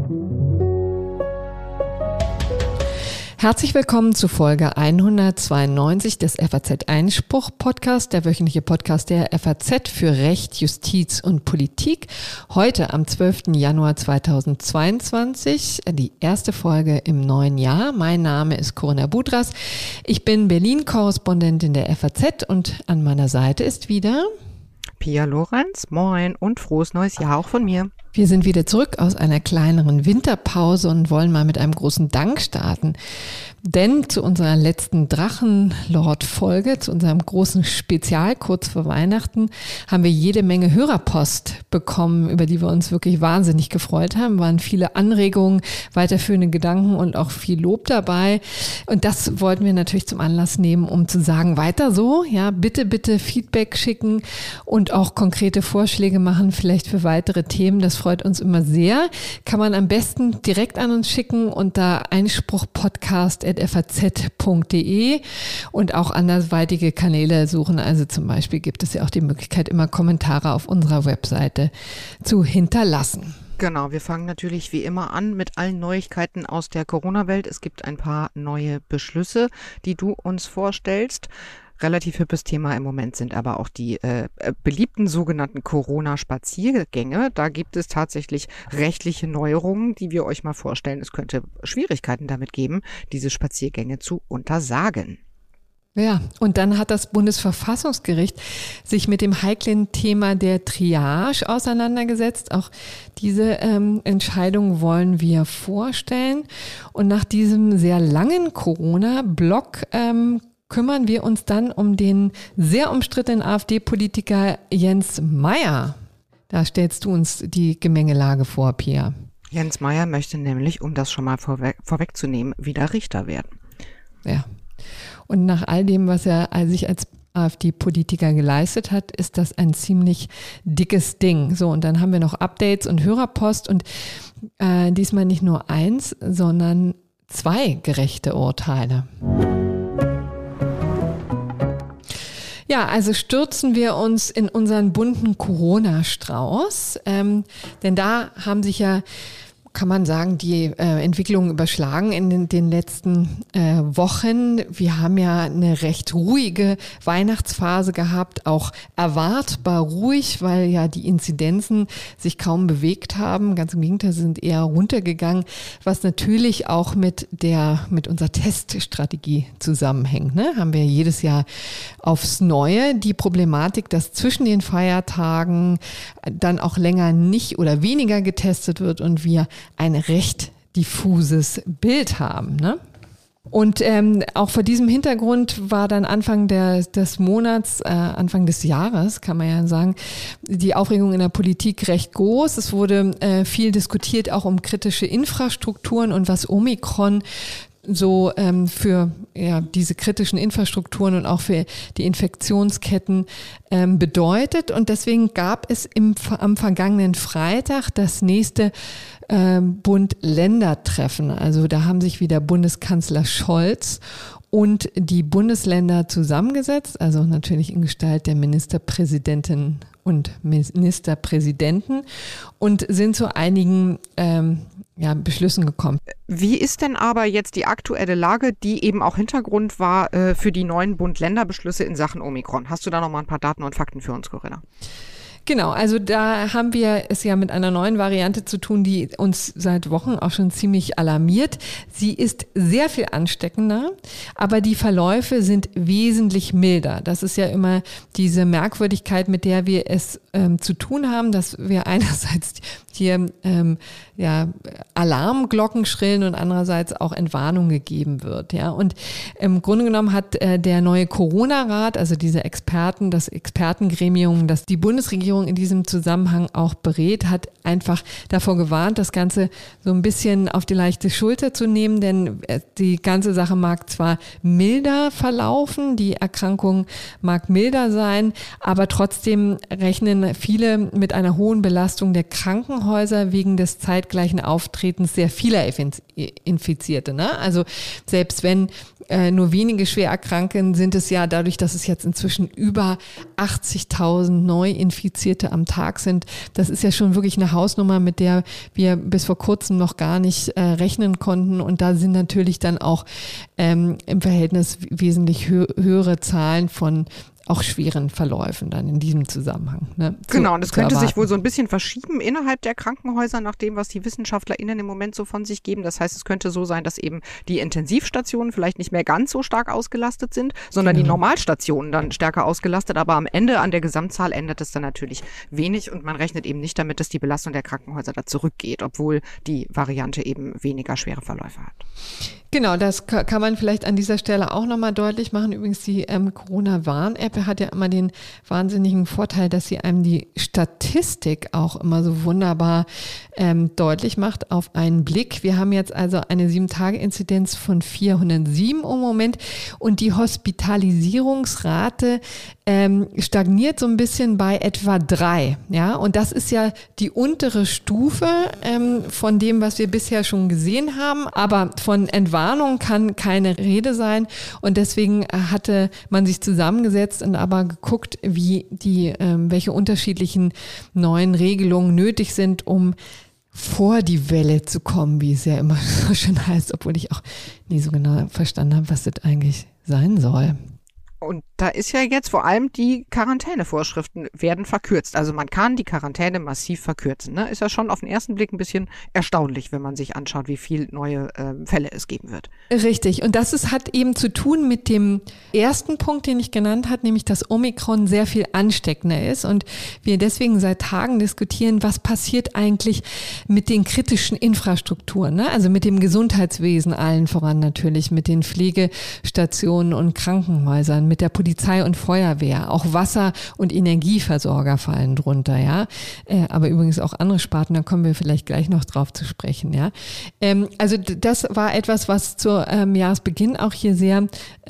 Herzlich willkommen zu Folge 192 des FAZ-Einspruch-Podcast, der wöchentliche Podcast der FAZ für Recht, Justiz und Politik. Heute am 12. Januar 2022, die erste Folge im neuen Jahr. Mein Name ist Corinna Budras. Ich bin Berlin-Korrespondentin der FAZ und an meiner Seite ist wieder Pia Lorenz. Moin und frohes neues Jahr auch von mir. Wir sind wieder zurück aus einer kleineren Winterpause und wollen mal mit einem großen Dank starten. Denn zu unserer letzten Drachenlord-Folge, zu unserem großen Spezial kurz vor Weihnachten, haben wir jede Menge Hörerpost bekommen, über die wir uns wirklich wahnsinnig gefreut haben. Waren viele Anregungen, weiterführende Gedanken und auch viel Lob dabei. Und das wollten wir natürlich zum Anlass nehmen, um zu sagen, weiter so, ja, bitte Feedback schicken und auch konkrete Vorschläge machen, vielleicht für weitere Themen. Das freut uns immer sehr. Kann man am besten direkt an uns schicken unter einspruchpodcast@faz.de und auch anderweitige Kanäle suchen. Also zum Beispiel gibt es ja auch die Möglichkeit, immer Kommentare auf unserer Webseite zu hinterlassen. Genau, wir fangen natürlich wie immer an mit allen Neuigkeiten aus der Corona-Welt. Es gibt ein paar neue Beschlüsse, die du uns vorstellst. Relativ hübsches Thema im Moment sind aber auch die beliebten sogenannten Corona-Spaziergänge. Da gibt es tatsächlich rechtliche Neuerungen, die wir euch mal vorstellen. Es könnte Schwierigkeiten damit geben, diese Spaziergänge zu untersagen. Ja, und dann hat das Bundesverfassungsgericht sich mit dem heiklen Thema der Triage auseinandergesetzt. Auch diese Entscheidung wollen wir vorstellen. Und nach diesem sehr langen Corona-Block kümmern wir uns dann um den sehr umstrittenen AfD-Politiker Jens Meyer. Da stellst du uns die Gemengelage vor, Pia. Jens Meyer möchte nämlich, um das schon mal vorwegzunehmen, wieder Richter werden. Ja. Und nach all dem, was er sich als AfD-Politiker geleistet hat, ist das ein ziemlich dickes Ding. So, und dann haben wir noch Updates und Hörerpost und diesmal nicht nur eins, sondern zwei gerechte Urteile. Ja, also stürzen wir uns in unseren bunten Corona-Strauß, denn da haben sich ja, kann man sagen, die Entwicklungen überschlagen in den letzten Wochen. Wir haben ja eine recht ruhige Weihnachtsphase gehabt, auch erwartbar ruhig, weil ja die Inzidenzen sich kaum bewegt haben. Ganz im Gegenteil, sie sind eher runtergegangen, was natürlich auch mit unserer Teststrategie zusammenhängt. Ne? Haben wir jedes Jahr aufs Neue die Problematik, dass zwischen den Feiertagen dann auch länger nicht oder weniger getestet wird und wir ein recht diffuses Bild haben, ne? Und auch vor diesem Hintergrund war dann Anfang des Monats, Anfang des Jahres, kann man ja sagen, die Aufregung in der Politik recht groß. Es wurde viel diskutiert, auch um kritische Infrastrukturen und was Omikron so für diese kritischen Infrastrukturen und auch für die Infektionsketten bedeutet. Und deswegen gab es am vergangenen Freitag das nächste Bund-Länder-Treffen. Also da haben sich wieder Bundeskanzler Scholz und die Bundesländer zusammengesetzt, also natürlich in Gestalt der Ministerpräsidentinnen und Ministerpräsidenten und sind zu einigen Beschlüssen gekommen. Wie ist denn aber jetzt die aktuelle Lage, die eben auch Hintergrund war für die neuen Bund-Länder-Beschlüsse in Sachen Omikron? Hast du da noch mal ein paar Daten und Fakten für uns, Corinna? Genau, also da haben wir es ja mit einer neuen Variante zu tun, die uns seit Wochen auch schon ziemlich alarmiert. Sie ist sehr viel ansteckender, aber die Verläufe sind wesentlich milder. Das ist ja immer diese Merkwürdigkeit, mit der wir es zu tun haben, dass wir einerseits hier Alarmglocken schrillen und andererseits auch Entwarnung gegeben wird. Ja, und im Grunde genommen hat der neue Corona-Rat, also diese Experten, das Expertengremium, das die Bundesregierung in diesem Zusammenhang auch berät, hat einfach davor gewarnt, das Ganze so ein bisschen auf die leichte Schulter zu nehmen, denn die ganze Sache mag zwar milder verlaufen, die Erkrankung mag milder sein, aber trotzdem rechnen viele mit einer hohen Belastung der Krankenhäuser Krankenhäuser wegen des zeitgleichen Auftretens sehr vieler Infizierte. Ne? Also selbst wenn nur wenige schwer erkranken, sind es ja dadurch, dass es jetzt inzwischen über 80.000 Neuinfizierte am Tag sind. Das ist ja schon wirklich eine Hausnummer, mit der wir bis vor kurzem noch gar nicht rechnen konnten. Und da sind natürlich dann auch im Verhältnis wesentlich höhere Zahlen von auch schweren Verläufen dann in diesem Zusammenhang. Ne, genau, und das könnte sich wohl so ein bisschen verschieben innerhalb der Krankenhäuser, nach dem, was die WissenschaftlerInnen im Moment so von sich geben. Das heißt, es könnte so sein, dass eben die Intensivstationen vielleicht nicht mehr ganz so stark ausgelastet sind, sondern die Normalstationen dann stärker ausgelastet. Aber am Ende, an der Gesamtzahl, ändert es dann natürlich wenig und man rechnet eben nicht damit, dass die Belastung der Krankenhäuser da zurückgeht, obwohl die Variante eben weniger schwere Verläufe hat. Genau, das kann man vielleicht an dieser Stelle auch nochmal deutlich machen. Übrigens, die Corona-Warn-App hat ja immer den wahnsinnigen Vorteil, dass sie einem die Statistik auch immer so wunderbar deutlich macht auf einen Blick. Wir haben jetzt also eine 7-Tage-Inzidenz von 407 im Moment und die Hospitalisierungsrate stagniert so ein bisschen bei etwa 3. Ja? Und das ist ja die untere Stufe von dem, was wir bisher schon gesehen haben. Aber von Entwarnung kann keine Rede sein. Und deswegen hatte man sich zusammengesetzt und aber geguckt, wie welche unterschiedlichen neuen Regelungen nötig sind, um vor die Welle zu kommen, wie es ja immer so schön heißt, obwohl ich auch nie so genau verstanden habe, was das eigentlich sein soll. Und da ist ja jetzt vor allem die Quarantänevorschriften werden verkürzt. Also man kann die Quarantäne massiv verkürzen. Ne? Ist ja schon auf den ersten Blick ein bisschen erstaunlich, wenn man sich anschaut, wie viel neue Fälle es geben wird. Richtig. Und das hat eben zu tun mit dem ersten Punkt, den ich genannt habe, nämlich dass Omikron sehr viel ansteckender ist. Und wir deswegen seit Tagen diskutieren, was passiert eigentlich mit den kritischen Infrastrukturen. Ne? Also mit dem Gesundheitswesen allen voran natürlich, mit den Pflegestationen und Krankenhäusern, mit der Polizei und Feuerwehr, auch Wasser- und Energieversorger fallen drunter, ja. Aber übrigens auch andere Sparten, da kommen wir vielleicht gleich noch drauf zu sprechen, ja. Also das war etwas, was zu Jahresbeginn auch hier sehr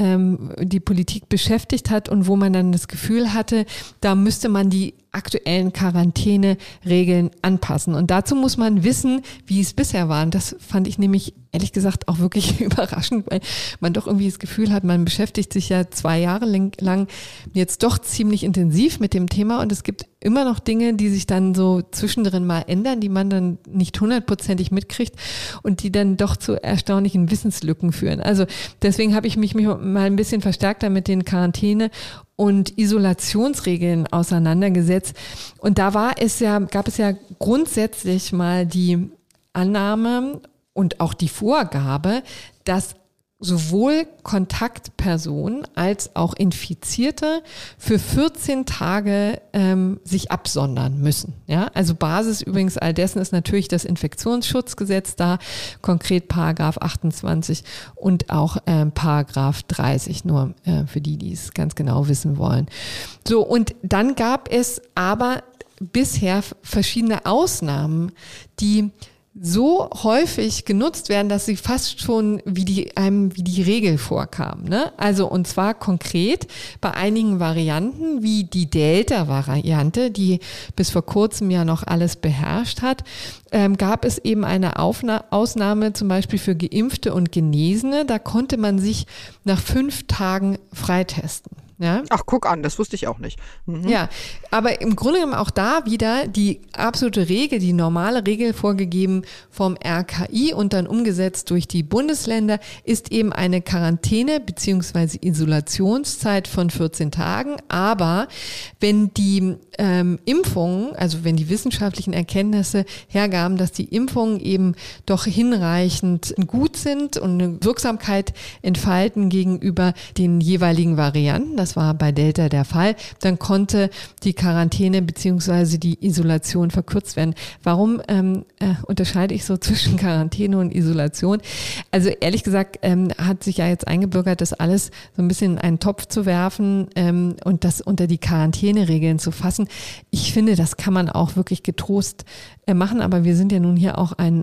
die Politik beschäftigt hat und wo man dann das Gefühl hatte, da müsste man die aktuellen Quarantäneregeln anpassen. Und dazu muss man wissen, wie es bisher war. Und das fand ich nämlich ehrlich gesagt auch wirklich überraschend, weil man doch irgendwie das Gefühl hat, man beschäftigt sich ja 2 Jahre lang jetzt doch ziemlich intensiv mit dem Thema und es gibt immer noch Dinge, die sich dann so zwischendrin mal ändern, die man dann nicht 100%ig mitkriegt und die dann doch zu erstaunlichenWissenslücken führen. Also deswegen habe ich mich mal ein bisschen verstärkter mit den Quarantäne- und Isolationsregeln auseinandergesetzt. Und da gab es ja grundsätzlich mal die Annahme und auch die Vorgabe, dass sowohl Kontaktpersonen als auch Infizierte für 14 Tage sich absondern müssen. Ja? Also Basis übrigens all dessen ist natürlich das Infektionsschutzgesetz da, konkret Paragraph 28 und auch Paragraph 30, nur für die es ganz genau wissen wollen. So, und dann gab es aber bisher verschiedene Ausnahmen, die so häufig genutzt werden, dass sie fast schon wie die Regel vorkamen. Ne? Also und zwar konkret bei einigen Varianten, wie die Delta-Variante, die bis vor kurzem ja noch alles beherrscht hat, gab es eben eine Ausnahme zum Beispiel für Geimpfte und Genesene. Da konnte man sich nach 5 Tagen freitesten. Ja? Ach, guck an, das wusste ich auch nicht. Mhm. Ja, aber im Grunde genommen auch da wieder die absolute Regel, die normale Regel vorgegeben vom RKI und dann umgesetzt durch die Bundesländer, ist eben eine Quarantäne bzw. Isolationszeit von 14 Tagen. Aber wenn die Impfungen, also wenn die wissenschaftlichen Erkenntnisse hergaben, dass die Impfungen eben doch hinreichend gut sind und eine Wirksamkeit entfalten gegenüber den jeweiligen Varianten, das war bei Delta der Fall, dann konnte die Quarantäne bzw. die Isolation verkürzt werden. Warum unterscheide ich so zwischen Quarantäne und Isolation? Also ehrlich gesagt hat sich ja jetzt eingebürgert, das alles so ein bisschen in einen Topf zu werfen und das unter die Quarantäneregeln zu fassen. Ich finde, das kann man auch wirklich getrost machen, aber wir sind ja nun hier auch ein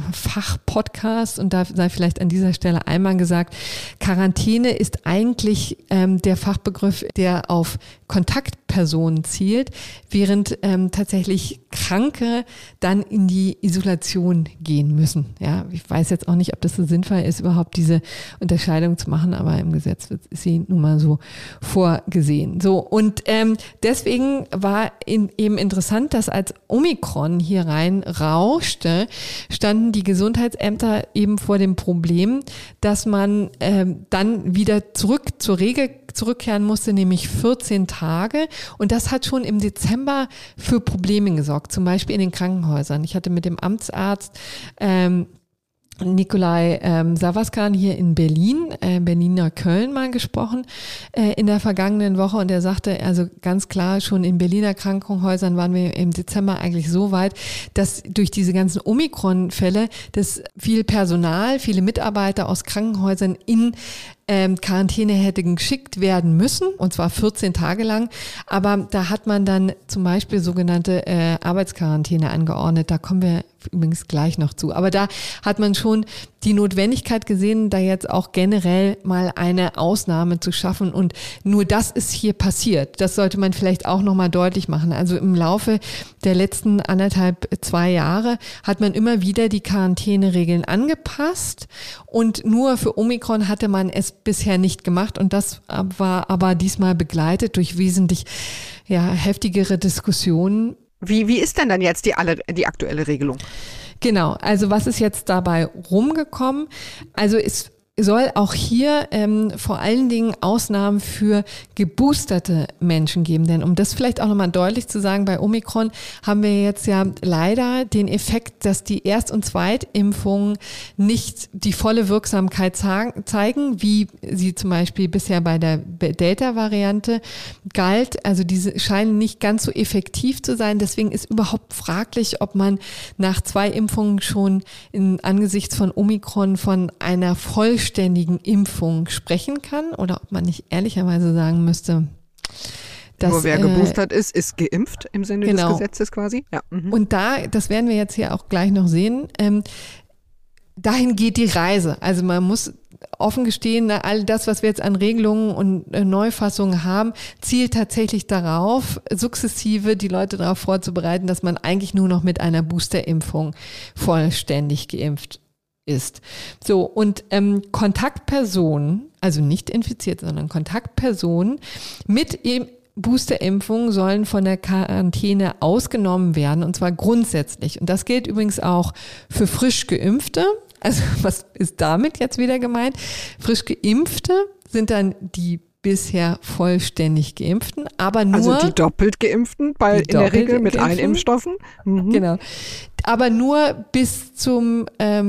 Fachpodcast und da sei vielleicht an dieser Stelle einmal gesagt, Quarantäne ist eigentlich der Fachbegriff, der auf Kontaktpersonen Kontaktpersonen zielt, während tatsächlich Kranke dann in die Isolation gehen müssen. Ja, ich weiß jetzt auch nicht, ob das so sinnvoll ist, überhaupt diese Unterscheidung zu machen, aber im Gesetz ist sie nun mal so vorgesehen. So, und deswegen war eben interessant, dass als Omikron hier rein rauschte, standen die Gesundheitsämter eben vor dem Problem, dass man dann wieder zurück zur Regel zurückkehren musste, nämlich 14 Tage. Und das hat schon im Dezember für Probleme gesorgt, zum Beispiel in den Krankenhäusern. Ich hatte mit dem Amtsarzt Nikolai Savaskan hier in Berlin, Berliner Köln mal gesprochen in der vergangenen Woche, und er sagte, also ganz klar, schon in Berliner Krankenhäusern waren wir im Dezember eigentlich so weit, dass durch diese ganzen Omikron-Fälle, dass viel Personal, viele Mitarbeiter aus Krankenhäusern in Quarantäne hätte geschickt werden müssen, und zwar 14 Tage lang. Aber da hat man dann zum Beispiel sogenannte Arbeitsquarantäne angeordnet. Da kommen wir übrigens gleich noch zu. Aber da hat man schon die Notwendigkeit gesehen, da jetzt auch generell mal eine Ausnahme zu schaffen. Und nur das ist hier passiert. Das sollte man vielleicht auch nochmal deutlich machen. Also im Laufe der letzten 2 Jahre hat man immer wieder die Quarantäneregeln angepasst. Und nur für Omikron hatte man es bisher nicht gemacht. Und das war aber diesmal begleitet durch wesentlich heftigere Diskussionen. Wie ist denn dann jetzt die aktuelle Regelung? Genau, also was ist jetzt dabei rumgekommen? Also es soll auch hier vor allen Dingen Ausnahmen für geboosterte Menschen geben. Denn um das vielleicht auch nochmal deutlich zu sagen, bei Omikron haben wir jetzt ja leider den Effekt, dass die Erst- und Zweitimpfungen nicht die volle Wirksamkeit zeigen, wie sie zum Beispiel bisher bei der Delta-Variante galt. Also diese scheinen nicht ganz so effektiv zu sein. Deswegen ist überhaupt fraglich, ob man nach 2 Impfungen schon angesichts von Omikron von einer vollständigen Impfung sprechen kann, oder ob man nicht ehrlicherweise sagen müsste, dass nur wer geboostert ist geimpft im Sinne des Gesetzes quasi. Ja. Mhm. Und das werden wir jetzt hier auch gleich noch sehen, dahin geht die Reise. Also man muss offen gestehen, all das, was wir jetzt an Regelungen und Neufassungen haben, zielt tatsächlich darauf, sukzessive die Leute darauf vorzubereiten, dass man eigentlich nur noch mit einer Boosterimpfung vollständig geimpft ist. So, und Kontaktpersonen, also nicht infiziert, sondern Kontaktpersonen mit Boosterimpfung sollen von der Quarantäne ausgenommen werden, und zwar grundsätzlich. Und das gilt übrigens auch für frisch Geimpfte. Also was ist damit jetzt wieder gemeint? Frisch Geimpfte sind dann die bisher vollständig Geimpften, aber nur... Also die doppelt Geimpften, in der Regel mit allen Impfstoffen. Mhm. Genau. Aber nur bis zu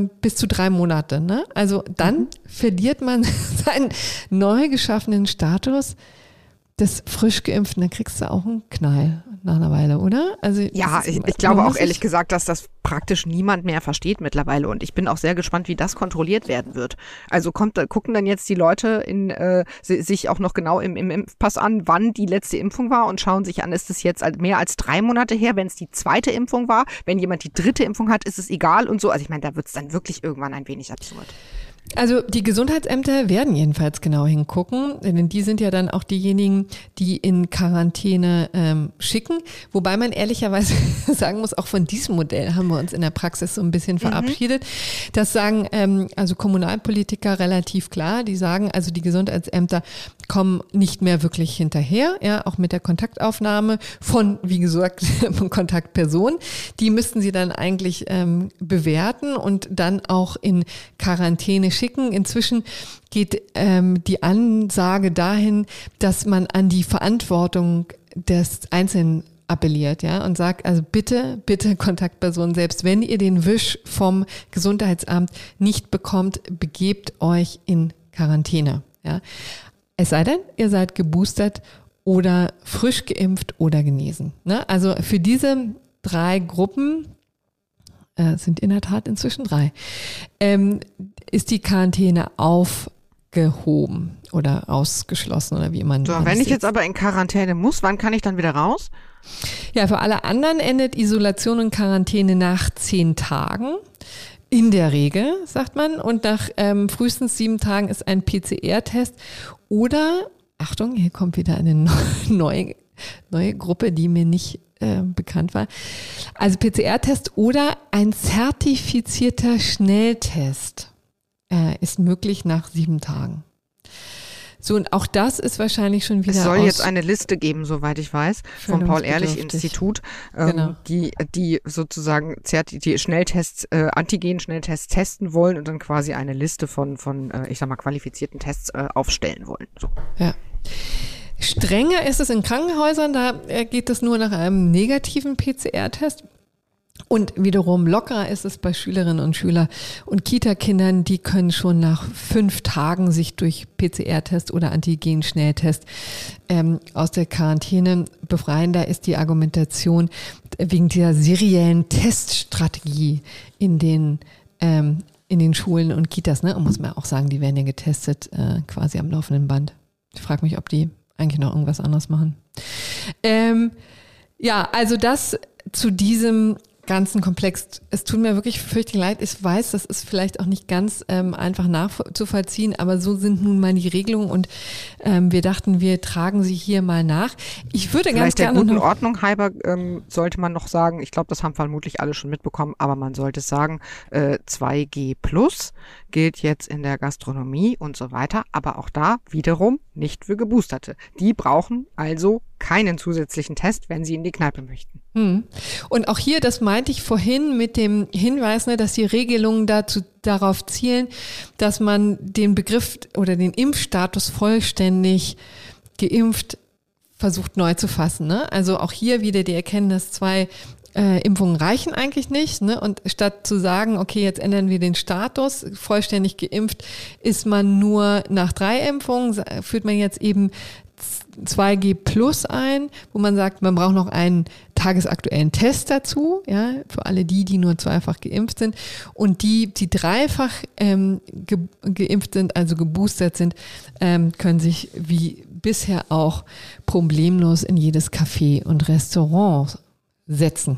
3 Monate. Ne? Also dann verliert man seinen neu geschaffenen Status des frisch Geimpften. Dann kriegst du auch einen Knall nach einer Weile, oder? Also ja, ich glaube auch ehrlich gesagt, dass das praktisch niemand mehr versteht mittlerweile, und ich bin auch sehr gespannt, wie das kontrolliert werden wird. Also gucken dann jetzt die Leute sich auch noch genau im Impfpass an, wann die letzte Impfung war, und schauen sich an, ist es jetzt mehr als 3 Monate her, wenn es die 2. Impfung war. Wenn jemand die 3. Impfung hat, ist es egal und so. Also ich meine, da wird es dann wirklich irgendwann ein wenig absurd. Also die Gesundheitsämter werden jedenfalls genau hingucken, denn die sind ja dann auch diejenigen, die in Quarantäne schicken. Wobei man ehrlicherweise sagen muss, auch von diesem Modell haben wir uns in der Praxis so ein bisschen verabschiedet. Das sagen also Kommunalpolitiker relativ klar. Die sagen, also die Gesundheitsämter kommen nicht mehr wirklich hinterher, ja, auch mit der Kontaktaufnahme von, wie gesagt, Kontaktpersonen. Die müssten sie dann eigentlich bewerten und dann auch in Quarantäne schicken. Inzwischen geht die Ansage dahin, dass man an die Verantwortung des Einzelnen appelliert, ja, und sagt, also bitte Kontaktpersonen, selbst wenn ihr den Wisch vom Gesundheitsamt nicht bekommt, begebt euch in Quarantäne, ja. Es sei denn, ihr seid geboostert oder frisch geimpft oder genesen, ne? Also für diese 3 Gruppen sind in der Tat inzwischen 3, ist die Quarantäne aufgehoben oder ausgeschlossen oder wie man. So, wenn ich jetzt aber in Quarantäne muss, wann kann ich dann wieder raus? Ja, für alle anderen endet Isolation und Quarantäne nach 10 Tagen. In der Regel, sagt man. Und nach frühestens 7 Tagen ist ein PCR-Test oder, Achtung, hier kommt wieder eine neue neue Gruppe, die mir nicht bekannt war. Also PCR-Test oder ein zertifizierter Schnelltest ist möglich nach 7 Tagen. So, und auch das ist wahrscheinlich schon wieder. Es soll jetzt eine Liste geben, soweit ich weiß, vom Paul-Ehrlich-Institut, genau. die sozusagen die Schnelltests, Antigen-Schnelltests testen wollen und dann quasi eine Liste von ich sag mal, qualifizierten Tests aufstellen wollen. So. Ja. Strenger ist es in Krankenhäusern, da geht es nur nach einem negativen PCR-Test. Und wiederum lockerer ist es bei Schülerinnen und Schülern und Kita-Kindern, die können schon nach 5 Tagen sich durch PCR-Test oder Antigen-Schnelltest aus der Quarantäne befreien. Da ist die Argumentation wegen dieser seriellen Teststrategie in den Schulen und Kitas. Ne? Und muss man auch sagen, die werden ja getestet quasi am laufenden Band. Ich frage mich, ob die eigentlich noch irgendwas anderes machen. Ja, also das zu diesem ganzen Komplex. Es tut mir wirklich fürchterlich leid. Ich weiß, das ist vielleicht auch nicht ganz einfach nachzuvollziehen, aber so sind nun mal die Regelungen und wir dachten, wir tragen sie hier mal nach. Ich würde vielleicht ganz gerne der guten Ordnung halber sollte man noch sagen, ich glaube, das haben vermutlich alle schon mitbekommen, aber man sollte es sagen, 2G+ gilt jetzt in der Gastronomie und so weiter, aber auch da wiederum nicht für Geboosterte. Die brauchen also keinen zusätzlichen Test, wenn sie in die Kneipe möchten. Und auch hier, das meinte ich vorhin mit dem Hinweis, ne, dass die Regelungen darauf zielen, dass man den Begriff oder den Impfstatus vollständig geimpft versucht neu zu fassen. Ne? Also auch hier wieder die Erkenntnis, 2 Impfungen reichen eigentlich nicht. Ne? Und statt zu sagen, okay, jetzt ändern wir den Status, vollständig geimpft ist man nur nach 3 Impfungen, führt man jetzt eben 2G+ ein, wo man sagt, man braucht noch einen tagesaktuellen Test dazu, ja, für alle die nur zweifach geimpft sind. Und die dreifach geimpft sind, also geboostert sind, können sich wie bisher auch problemlos in jedes Café und Restaurant setzen.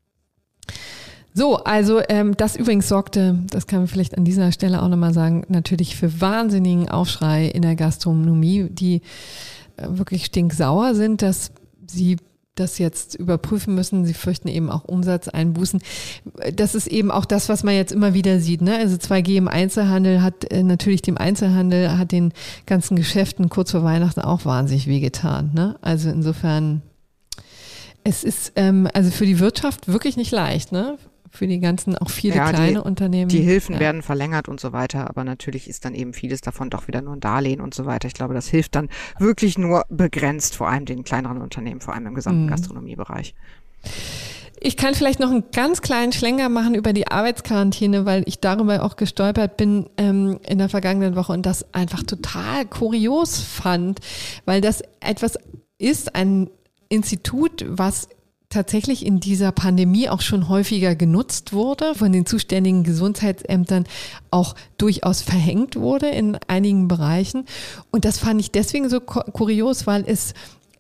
So, also das übrigens sorgte, das kann man vielleicht an dieser Stelle auch nochmal sagen, natürlich für wahnsinnigen Aufschrei in der Gastronomie, die wirklich stinksauer sind, dass sie das jetzt überprüfen müssen. Sie fürchten eben auch Umsatzeinbußen. Das ist eben auch das, was man jetzt immer wieder sieht. Ne? Also 2G im Einzelhandel hat natürlich den ganzen Geschäften kurz vor Weihnachten auch wahnsinnig wehgetan. Ne? Also insofern, es ist also für die Wirtschaft wirklich nicht leicht, ne? Für die ganzen, auch viele kleine Unternehmen. Die Hilfen werden verlängert und so weiter, aber natürlich ist dann eben vieles davon doch wieder nur ein Darlehen und so weiter. Ich glaube, das hilft dann wirklich nur begrenzt, vor allem den kleineren Unternehmen, vor allem im gesamten Gastronomiebereich. Ich kann vielleicht noch einen ganz kleinen Schlenker machen über die Arbeitsquarantäne, weil ich darüber auch gestolpert bin in der vergangenen Woche und das einfach total kurios fand, weil das etwas ist, ein Institut, was tatsächlich in dieser Pandemie auch schon häufiger genutzt wurde, von den zuständigen Gesundheitsämtern auch durchaus verhängt wurde in einigen Bereichen. Und das fand ich deswegen so kurios, weil es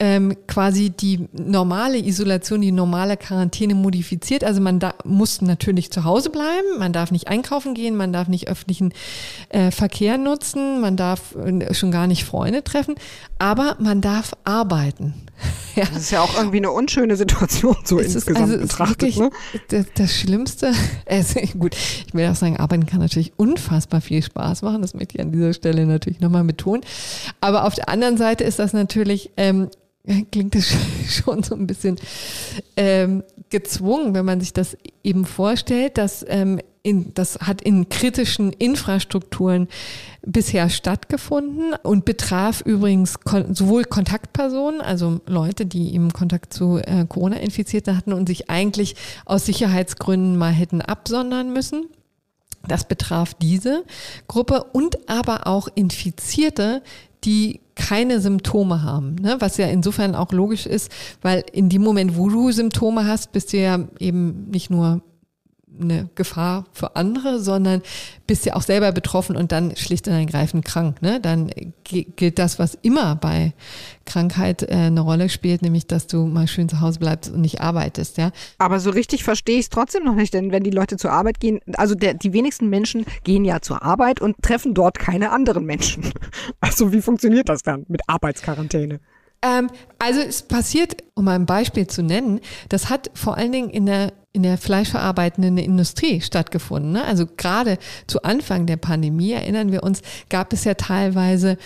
quasi die normale Isolation, die normale Quarantäne modifiziert. Also man muss natürlich zu Hause bleiben, man darf nicht einkaufen gehen, man darf nicht öffentlichen Verkehr nutzen, man darf schon gar nicht Freunde treffen, aber man darf arbeiten. Ja. Das ist ja auch irgendwie eine unschöne Situation, so insgesamt betrachtet. Ne? Das Schlimmste, gut, ich will auch sagen, Arbeiten kann natürlich unfassbar viel Spaß machen, das möchte ich an dieser Stelle natürlich nochmal betonen. Aber auf der anderen Seite ist das natürlich, klingt das schon so ein bisschen gezwungen, wenn man sich das eben vorstellt, dass das hat in kritischen Infrastrukturen bisher stattgefunden und betraf übrigens sowohl Kontaktpersonen, also Leute, die eben Kontakt zu Corona-Infizierten hatten und sich eigentlich aus Sicherheitsgründen mal hätten absondern müssen. Das betraf diese Gruppe und aber auch Infizierte, die keine Symptome haben, ne? Was ja insofern auch logisch ist, weil in dem Moment, wo du Symptome hast, bist du ja eben nicht nur eine Gefahr für andere, sondern bist ja auch selber betroffen und dann schlicht und ergreifend krank. Ne? Dann gilt das, was immer bei Krankheit eine Rolle spielt, nämlich, dass du mal schön zu Hause bleibst und nicht arbeitest. Ja? Aber so richtig verstehe ich es trotzdem noch nicht, denn wenn die Leute zur Arbeit gehen, also die wenigsten Menschen gehen ja zur Arbeit und treffen dort keine anderen Menschen. Also wie funktioniert das dann mit Arbeitsquarantäne? Also es passiert, um mal ein Beispiel zu nennen, das hat vor allen Dingen in der fleischverarbeitenden Industrie stattgefunden. Ne? Also gerade zu Anfang der Pandemie, erinnern wir uns, gab es ja teilweise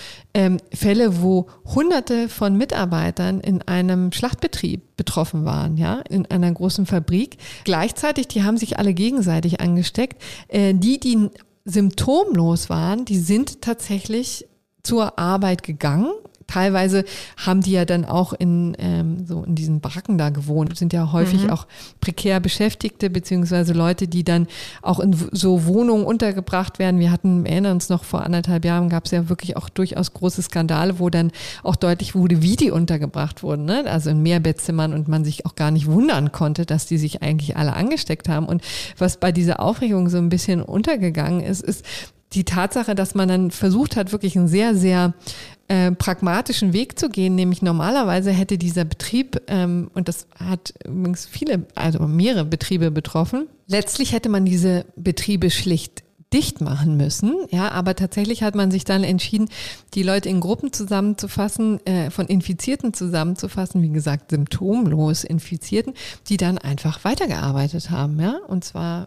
Fälle, wo Hunderte von Mitarbeitern in einem Schlachtbetrieb betroffen waren, ja, in einer großen Fabrik. Gleichzeitig, die haben sich alle gegenseitig angesteckt. Die symptomlos waren, die sind tatsächlich zur Arbeit gegangen. Teilweise haben die ja dann auch in diesen Baracken da gewohnt, sind ja häufig auch prekär Beschäftigte, beziehungsweise Leute, die dann auch in so Wohnungen untergebracht werden. Wir erinnern uns noch, vor 1,5 Jahren gab es ja wirklich auch durchaus große Skandale, wo dann auch deutlich wurde, wie die untergebracht wurden, ne? Also in Mehrbettzimmern und man sich auch gar nicht wundern konnte, dass die sich eigentlich alle angesteckt haben. Und was bei dieser Aufregung so ein bisschen untergegangen ist die Tatsache, dass man dann versucht hat, wirklich einen sehr, sehr pragmatischen Weg zu gehen, nämlich normalerweise hätte dieser Betrieb, und das hat übrigens mehrere Betriebe betroffen, letztlich hätte man diese Betriebe schlicht dicht machen müssen, ja, aber tatsächlich hat man sich dann entschieden, die Leute in Gruppen zusammenzufassen, von Infizierten zusammenzufassen, wie gesagt, symptomlos Infizierten, die dann einfach weitergearbeitet haben, ja, und zwar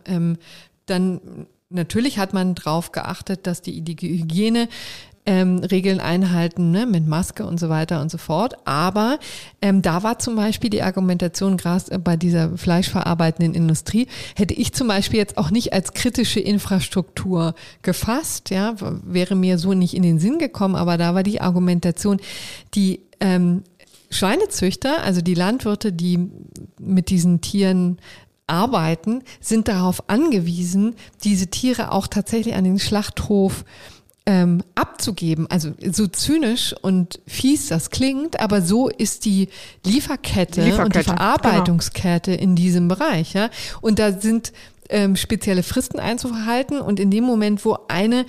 dann natürlich hat man darauf geachtet, dass die Hygiene Regeln einhalten, ne, mit Maske und so weiter und so fort. Aber da war zum Beispiel die Argumentation, gerade bei dieser fleischverarbeitenden Industrie, hätte ich zum Beispiel jetzt auch nicht als kritische Infrastruktur gefasst, ja, wäre mir so nicht in den Sinn gekommen, aber da war die Argumentation, die Schweinezüchter, also die Landwirte, die mit diesen Tieren arbeiten, sind darauf angewiesen, diese Tiere auch tatsächlich an den Schlachthof abzugeben. Also so zynisch und fies das klingt, aber so ist die Lieferkette und die Verarbeitungskette in diesem Bereich. Ja? Und da sind spezielle Fristen einzuhalten und in dem Moment, wo eine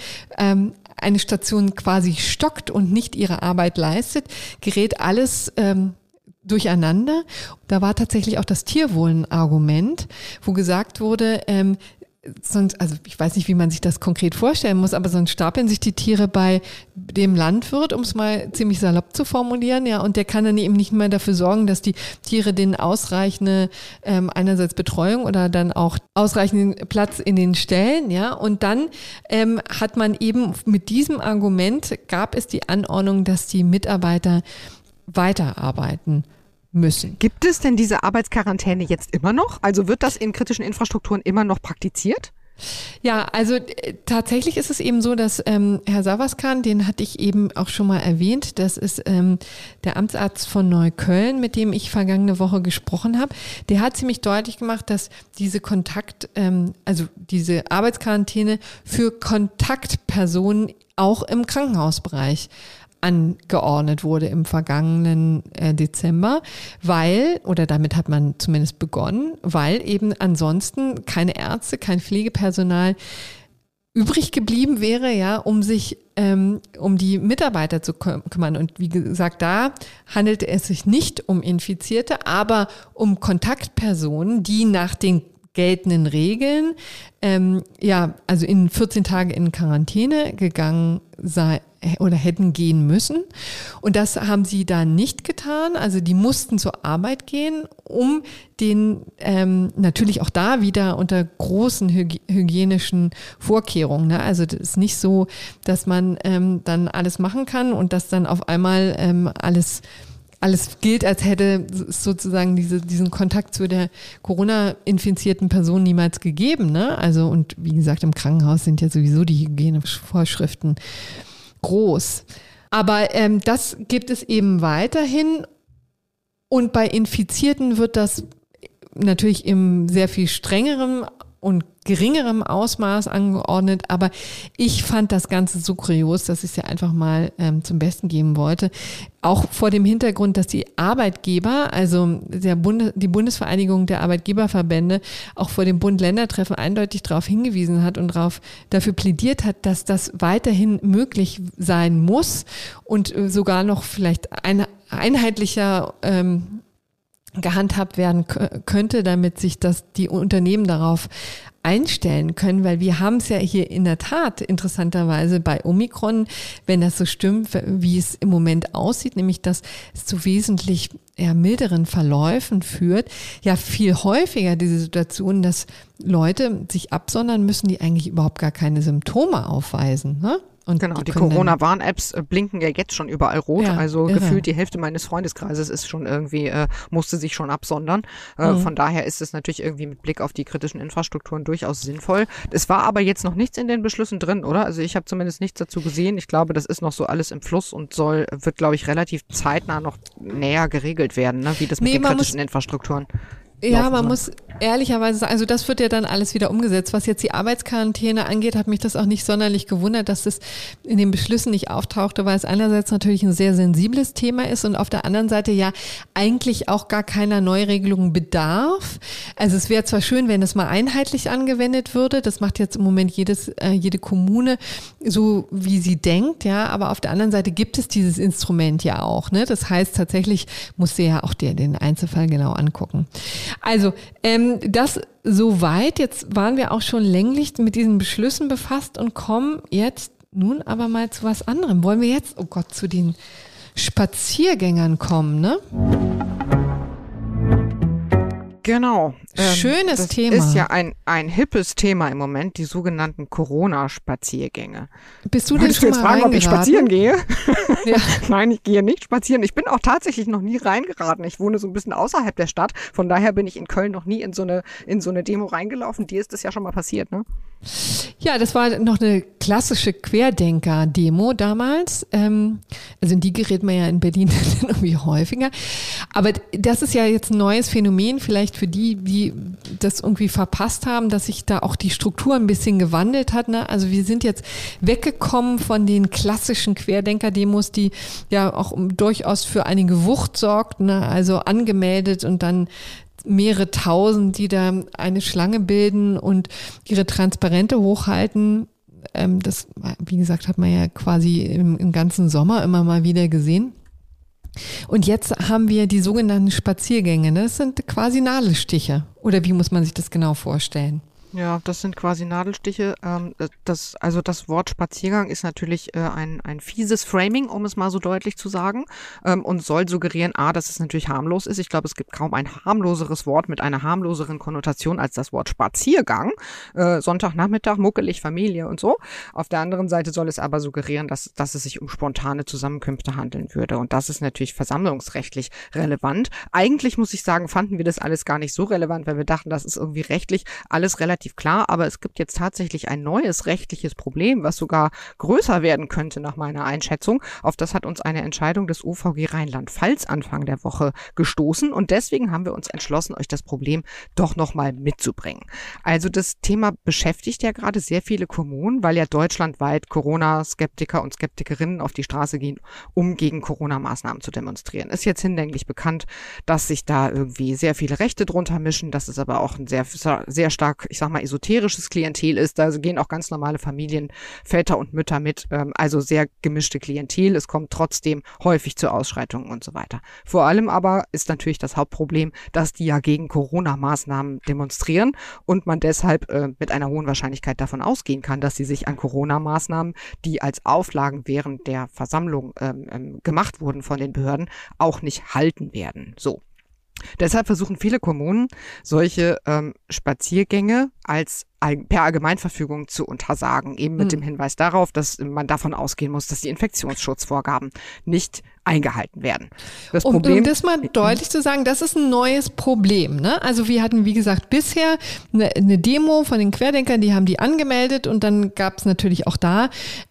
Station quasi stockt und nicht ihre Arbeit leistet, gerät alles durcheinander. Da war tatsächlich auch das Tierwohl ein Argument, wo gesagt wurde, sonst, also ich weiß nicht, wie man sich das konkret vorstellen muss, aber sonst stapeln sich die Tiere bei dem Landwirt, um es mal ziemlich salopp zu formulieren, ja, und der kann dann eben nicht mehr dafür sorgen, dass die Tiere den ausreichende einerseits Betreuung oder dann auch ausreichenden Platz in den Ställen, ja, und dann hat man eben mit diesem Argument, gab es die Anordnung, dass die Mitarbeiter weiterarbeiten müssen. Gibt es denn diese Arbeitsquarantäne jetzt immer noch? Also wird das in kritischen Infrastrukturen immer noch praktiziert? Ja, also tatsächlich ist es eben so, dass Herr Savaskan, den hatte ich eben auch schon mal erwähnt, das ist der Amtsarzt von Neukölln, mit dem ich vergangene Woche gesprochen habe, der hat ziemlich deutlich gemacht, dass diese diese Arbeitsquarantäne für Kontaktpersonen auch im Krankenhausbereich angeordnet wurde im vergangenen Dezember, damit hat man zumindest begonnen, weil eben ansonsten keine Ärzte, kein Pflegepersonal übrig geblieben wäre, ja, um sich um die Mitarbeiter zu kümmern. Und wie gesagt, da handelte es sich nicht um Infizierte, aber um Kontaktpersonen, die nach den geltenden Regeln also in 14 Tage in Quarantäne gegangen sei oder hätten gehen müssen. Und das haben sie da nicht getan. Also die mussten zur Arbeit gehen, um den natürlich auch da wieder unter großen hygienischen Vorkehrungen. Ne? Also das ist nicht so, dass man dann alles machen kann und dass dann auf einmal alles gilt, als hätte es sozusagen diesen Kontakt zu der Corona-infizierten Person niemals gegeben. Ne? Also, und wie gesagt, im Krankenhaus sind ja sowieso die Hygienevorschriften groß. Aber das gibt es eben weiterhin. Und bei Infizierten wird das natürlich im sehr viel strengerem und geringerem Ausmaß angeordnet, aber ich fand das Ganze so kurios, dass ich es ja einfach mal zum Besten geben wollte. Auch vor dem Hintergrund, dass die Arbeitgeber, also die Bundesvereinigung der Arbeitgeberverbände, auch vor dem Bund-Länder-Treffen eindeutig darauf hingewiesen hat und dafür plädiert hat, dass das weiterhin möglich sein muss und sogar noch vielleicht einheitlicher gehandhabt werden könnte, damit sich die Unternehmen darauf einstellen können, weil wir haben es ja hier in der Tat interessanterweise bei Omikron, wenn das so stimmt, wie es im Moment aussieht, nämlich dass es zu wesentlich milderen Verläufen führt, ja viel häufiger diese Situation, dass Leute sich absondern müssen, die eigentlich überhaupt gar keine Symptome aufweisen, ne? Und genau, die Corona-Warn-Apps blinken ja jetzt schon überall rot. Ja, also gefühlt die Hälfte meines Freundeskreises ist schon irgendwie, musste sich schon absondern. Von daher ist es natürlich irgendwie mit Blick auf die kritischen Infrastrukturen durchaus sinnvoll. Es war aber jetzt noch nichts in den Beschlüssen drin, oder? Also ich habe zumindest nichts dazu gesehen. Ich glaube, das ist noch so alles im Fluss und wird, glaube ich, relativ zeitnah noch näher geregelt werden, ne? Wie das mit den kritischen Infrastrukturen. Ja, man muss ehrlicherweise sagen, also das wird ja dann alles wieder umgesetzt. Was jetzt die Arbeitsquarantäne angeht, hat mich das auch nicht sonderlich gewundert, dass das in den Beschlüssen nicht auftauchte, weil es einerseits natürlich ein sehr sensibles Thema ist und auf der anderen Seite ja eigentlich auch gar keiner Neuregelung bedarf. Also es wäre zwar schön, wenn es mal einheitlich angewendet würde, das macht jetzt im Moment jede Kommune so, wie sie denkt, ja, aber auf der anderen Seite gibt es dieses Instrument ja auch, ne? Das heißt, tatsächlich muss sie ja auch den Einzelfall genau angucken. Also, das soweit. Jetzt waren wir auch schon länglich mit diesen Beschlüssen befasst und kommen jetzt nun aber mal zu was anderem. Wollen wir jetzt, oh Gott, zu den Spaziergängern kommen, ne? Genau. Schönes Thema. Das ist ja ein hippes Thema im Moment, die sogenannten Corona-Spaziergänge. Bist du denn schon mal fragen, ob ich spazieren gehe? Ja. Nein, ich gehe nicht spazieren. Ich bin auch tatsächlich noch nie reingeraten. Ich wohne so ein bisschen außerhalb der Stadt. Von daher bin ich in Köln noch nie in so eine Demo reingelaufen. Dir ist das ja schon mal passiert, ne? Ja, das war noch eine klassische Querdenker-Demo damals. Also in die gerät man ja in Berlin irgendwie häufiger. Aber das ist ja jetzt ein neues Phänomen, vielleicht für die das irgendwie verpasst haben, dass sich da auch die Struktur ein bisschen gewandelt hat, ne? Also wir sind jetzt weggekommen von den klassischen Querdenker-Demos, die ja auch durchaus für einige Wucht sorgten, ne? Also angemeldet und dann mehrere tausend, die da eine Schlange bilden und ihre Transparente hochhalten. Das, wie gesagt, hat man ja quasi im ganzen Sommer immer mal wieder gesehen. Und jetzt haben wir die sogenannten Spaziergänge. Das sind quasi Nadelstiche. Oder wie muss man sich das genau vorstellen? Ja, das sind quasi Nadelstiche. Das Wort Spaziergang ist natürlich ein fieses Framing, um es mal so deutlich zu sagen, und soll suggerieren, dass es natürlich harmlos ist. Ich glaube, es gibt kaum ein harmloseres Wort mit einer harmloseren Konnotation als das Wort Spaziergang. Sonntagnachmittag, muckelig, Familie und so. Auf der anderen Seite soll es aber suggerieren, dass es sich um spontane Zusammenkünfte handeln würde. Und das ist natürlich versammlungsrechtlich relevant. Eigentlich muss ich sagen, fanden wir das alles gar nicht so relevant, weil wir dachten, das ist irgendwie rechtlich alles relativ klar, aber es gibt jetzt tatsächlich ein neues rechtliches Problem, was sogar größer werden könnte nach meiner Einschätzung. Auf das hat uns eine Entscheidung des OVG Rheinland-Pfalz Anfang der Woche gestoßen und deswegen haben wir uns entschlossen, euch das Problem doch nochmal mitzubringen. Also das Thema beschäftigt ja gerade sehr viele Kommunen, weil ja deutschlandweit Corona-Skeptiker und Skeptikerinnen auf die Straße gehen, um gegen Corona-Maßnahmen zu demonstrieren. Ist jetzt hinlänglich bekannt, dass sich da irgendwie sehr viele Rechte drunter mischen, dass es aber auch ein sehr, sehr stark, ich sag mal, esoterisches Klientel ist. Da gehen auch ganz normale Familien, Väter und Mütter mit, also sehr gemischte Klientel. Es kommt trotzdem häufig zu Ausschreitungen und so weiter. Vor allem aber ist natürlich das Hauptproblem, dass die ja gegen Corona-Maßnahmen demonstrieren und man deshalb mit einer hohen Wahrscheinlichkeit davon ausgehen kann, dass sie sich an Corona-Maßnahmen, die als Auflagen während der Versammlung gemacht wurden von den Behörden, auch nicht halten werden. So. Deshalb versuchen viele Kommunen, solche Spaziergänge per Allgemeinverfügung zu untersagen, eben mit dem Hinweis darauf, dass man davon ausgehen muss, dass die Infektionsschutzvorgaben nicht eingehalten werden. Um das mal deutlich zu sagen, das ist ein neues Problem, ne? Also wir hatten, wie gesagt, bisher eine Demo von den Querdenkern, die haben die angemeldet und dann gab es natürlich auch da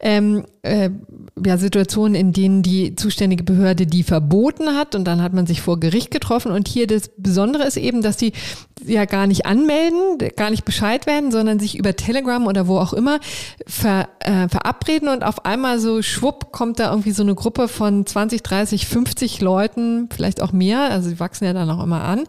Situationen, in denen die zuständige Behörde die verboten hat und dann hat man sich vor Gericht getroffen und hier das Besondere ist eben, dass die ja gar nicht anmelden, gar nicht Bescheid werden, sondern sich über Telegram oder wo auch immer verabreden und auf einmal so schwupp kommt da irgendwie so eine Gruppe von 20, 30, 50 Leuten, vielleicht auch mehr, also die wachsen ja dann auch immer an,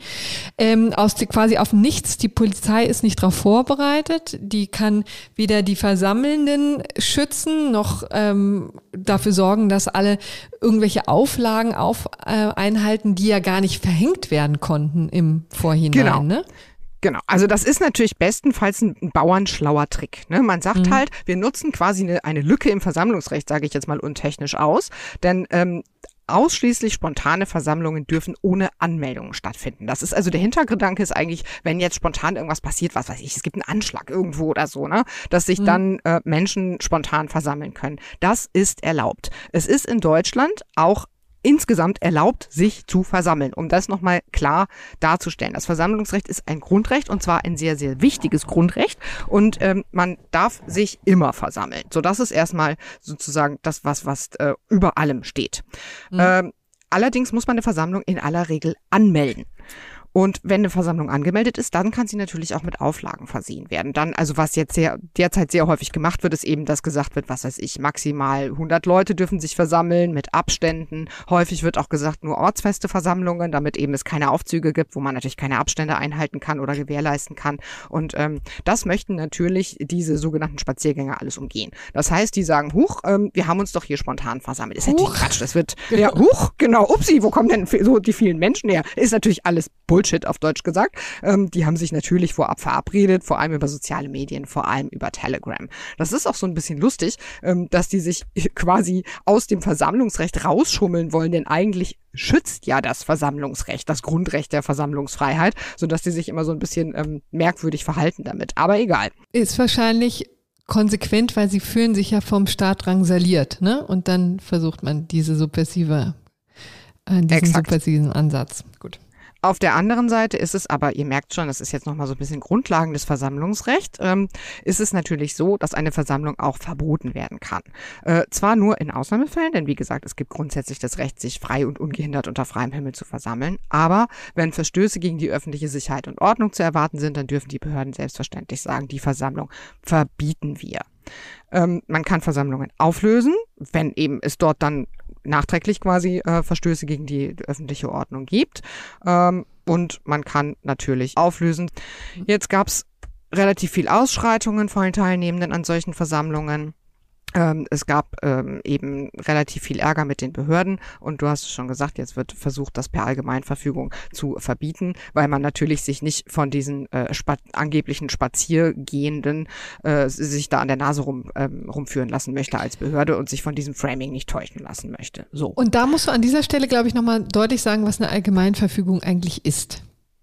quasi auf nichts. Die Polizei ist nicht darauf vorbereitet, die kann weder die Versammelnden schützen, noch dafür sorgen, dass alle irgendwelche Auflagen einhalten, die ja gar nicht verhängt werden konnten im Vorhinein. Genau. Ne? Genau, also das ist natürlich bestenfalls ein bauernschlauer Trick. Ne? Man sagt halt, wir nutzen quasi eine Lücke im Versammlungsrecht, sage ich jetzt mal untechnisch aus, denn ausschließlich spontane Versammlungen dürfen ohne Anmeldung stattfinden. Das ist also der Hintergedanke ist eigentlich, wenn jetzt spontan irgendwas passiert, was weiß ich, es gibt einen Anschlag irgendwo oder so, ne, dass sich dann Menschen spontan versammeln können. Das ist erlaubt. Es ist in Deutschland auch insgesamt erlaubt, sich zu versammeln, um das nochmal klar darzustellen. Das Versammlungsrecht ist ein Grundrecht und zwar ein sehr, sehr wichtiges Grundrecht und man darf sich immer versammeln. So, das ist erstmal sozusagen das, was über allem steht. Allerdings muss man eine Versammlung in aller Regel anmelden. Und wenn eine Versammlung angemeldet ist, dann kann sie natürlich auch mit Auflagen versehen werden. Dann, also was jetzt derzeit sehr häufig gemacht wird, ist eben, dass gesagt wird, was weiß ich, maximal 100 Leute dürfen sich versammeln mit Abständen. Häufig wird auch gesagt, nur ortsfeste Versammlungen, damit eben es keine Aufzüge gibt, wo man natürlich keine Abstände einhalten kann oder gewährleisten kann. Und das möchten natürlich diese sogenannten Spaziergänger alles umgehen. Das heißt, die sagen, huch, wir haben uns doch hier spontan versammelt. Ist natürlich Quatsch, das wird, ja, huch, genau, upsi, wo kommen denn so die vielen Menschen her? Ist natürlich alles Bullshit auf Deutsch gesagt. Die haben sich natürlich vorab verabredet, vor allem über soziale Medien, vor allem über Telegram. Das ist auch so ein bisschen lustig, dass die sich quasi aus dem Versammlungsrecht rausschummeln wollen, denn eigentlich schützt ja das Versammlungsrecht, das Grundrecht der Versammlungsfreiheit, sodass die sich immer so ein bisschen merkwürdig verhalten damit. Aber egal. Ist wahrscheinlich konsequent, weil sie fühlen sich ja vom Staat drangsaliert, ne? Und dann versucht man diesen subversiven Ansatz. Gut. Auf der anderen Seite ist es aber, ihr merkt schon, das ist jetzt nochmal so ein bisschen Grundlagen des Versammlungsrechts, ist es natürlich so, dass eine Versammlung auch verboten werden kann. Zwar nur in Ausnahmefällen, denn wie gesagt, es gibt grundsätzlich das Recht, sich frei und ungehindert unter freiem Himmel zu versammeln, aber wenn Verstöße gegen die öffentliche Sicherheit und Ordnung zu erwarten sind, dann dürfen die Behörden selbstverständlich sagen, die Versammlung verbieten wir. Man kann Versammlungen auflösen, wenn eben es dort dann nachträglich quasi Verstöße gegen die öffentliche Ordnung gibt. Und man kann natürlich auflösen. Jetzt gab es relativ viel Ausschreitungen von den Teilnehmenden an solchen Versammlungen. Es gab eben relativ viel Ärger mit den Behörden und du hast es schon gesagt, jetzt wird versucht, das per Allgemeinverfügung zu verbieten, weil man natürlich sich nicht von diesen angeblichen Spaziergehenden sich da an der Nase rumführen lassen möchte als Behörde und sich von diesem Framing nicht täuschen lassen möchte. So. Und da musst du an dieser Stelle, glaube ich, nochmal deutlich sagen, was eine Allgemeinverfügung eigentlich ist.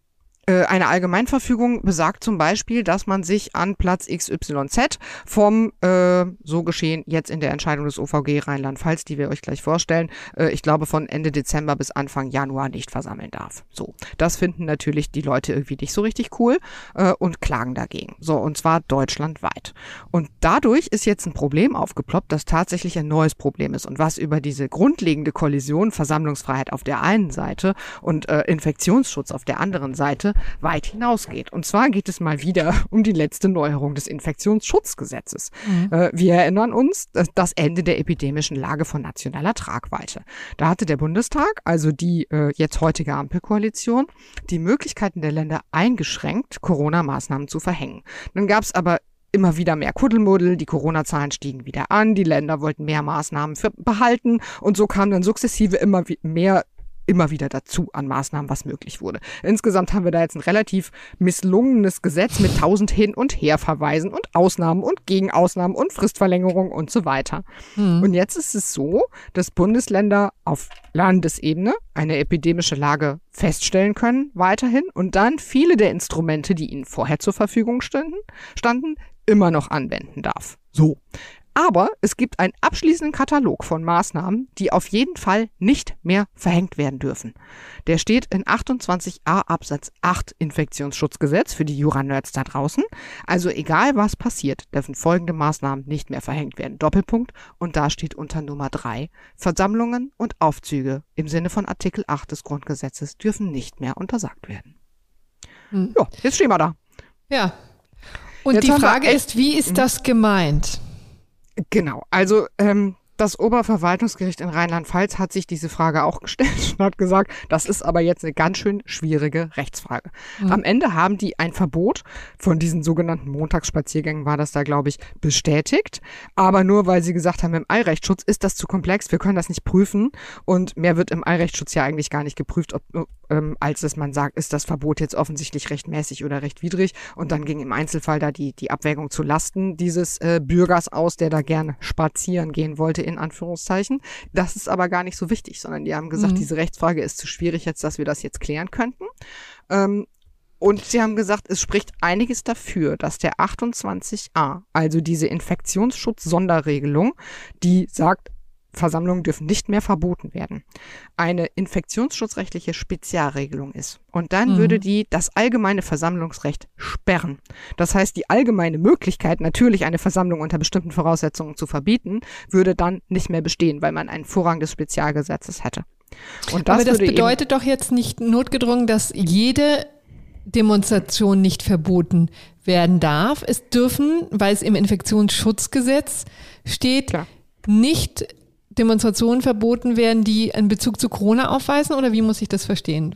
Eine Allgemeinverfügung besagt zum Beispiel, dass man sich an Platz XYZ vom, so geschehen jetzt in der Entscheidung des OVG Rheinland-Pfalz, die wir euch gleich vorstellen, ich glaube von Ende Dezember bis Anfang Januar nicht versammeln darf. So, das finden natürlich die Leute irgendwie nicht so richtig cool und klagen dagegen. So, und zwar deutschlandweit. Und dadurch ist jetzt ein Problem aufgeploppt, das tatsächlich ein neues Problem ist und was über diese grundlegende Kollision Versammlungsfreiheit auf der einen Seite und Infektionsschutz auf der anderen Seite weit hinausgeht. Und zwar geht es mal wieder um die letzte Neuerung des Infektionsschutzgesetzes. Wir erinnern uns, das Ende der epidemischen Lage von nationaler Tragweite. Da hatte der Bundestag, also die jetzt heutige Ampelkoalition, die Möglichkeiten der Länder eingeschränkt, Corona-Maßnahmen zu verhängen. Dann gab es aber immer wieder mehr Kuddelmuddel, die Corona-Zahlen stiegen wieder an, die Länder wollten mehr Maßnahmen behalten und so kam dann sukzessive immer wieder dazu an Maßnahmen, was möglich wurde. Insgesamt haben wir da jetzt ein relativ misslungenes Gesetz mit 1000 Hin- und Herverweisen und Ausnahmen und Gegenausnahmen und Fristverlängerung und so weiter. Und jetzt ist es so, dass Bundesländer auf Landesebene eine epidemische Lage feststellen können, weiterhin, und dann viele der Instrumente, die ihnen vorher zur Verfügung standen, immer noch anwenden darf. So. Aber es gibt einen abschließenden Katalog von Maßnahmen, die auf jeden Fall nicht mehr verhängt werden dürfen. Der steht in 28a Absatz 8 Infektionsschutzgesetz für die Jura-Nerds da draußen. Also egal was passiert, dürfen folgende Maßnahmen nicht mehr verhängt werden. Doppelpunkt. Und da steht unter Nummer 3, Versammlungen und Aufzüge im Sinne von Artikel 8 des Grundgesetzes dürfen nicht mehr untersagt werden. Ja, jetzt stehen wir da. Ja. Und jetzt die Frage ist, wie ist das gemeint? Genau, also das Oberverwaltungsgericht in Rheinland-Pfalz hat sich diese Frage auch gestellt und hat gesagt, das ist aber jetzt eine ganz schön schwierige Rechtsfrage. Am Ende haben die ein Verbot von diesen sogenannten Montagsspaziergängen, war das da, glaube ich, bestätigt. Aber nur, weil sie gesagt haben, im Eilrechtsschutz ist das zu komplex, wir können das nicht prüfen. Und mehr wird im Eilrechtsschutz ja eigentlich gar nicht geprüft, als dass man sagt, ist das Verbot jetzt offensichtlich rechtmäßig oder rechtwidrig. Und dann ging im Einzelfall da die Abwägung zu Lasten dieses Bürgers aus, der da gerne spazieren gehen wollte, in Anführungszeichen. Das ist aber gar nicht so wichtig, sondern die haben gesagt, diese Rechtsfrage ist zu schwierig jetzt, dass wir das jetzt klären könnten. Und sie haben gesagt, es spricht einiges dafür, dass der 28a, also diese Infektionsschutz-Sonderregelung, die sagt, Versammlungen dürfen nicht mehr verboten werden, eine infektionsschutzrechtliche Spezialregelung ist. Und dann würde die das allgemeine Versammlungsrecht sperren. Das heißt, die allgemeine Möglichkeit, natürlich eine Versammlung unter bestimmten Voraussetzungen zu verbieten, würde dann nicht mehr bestehen, weil man einen Vorrang des Spezialgesetzes hätte. Und das aber das bedeutet doch jetzt nicht notgedrungen, dass jede Demonstration nicht verboten werden darf. Es dürfen, weil es im Infektionsschutzgesetz steht, nicht Demonstrationen verboten werden, die einen Bezug zu Corona aufweisen, oder wie muss ich das verstehen?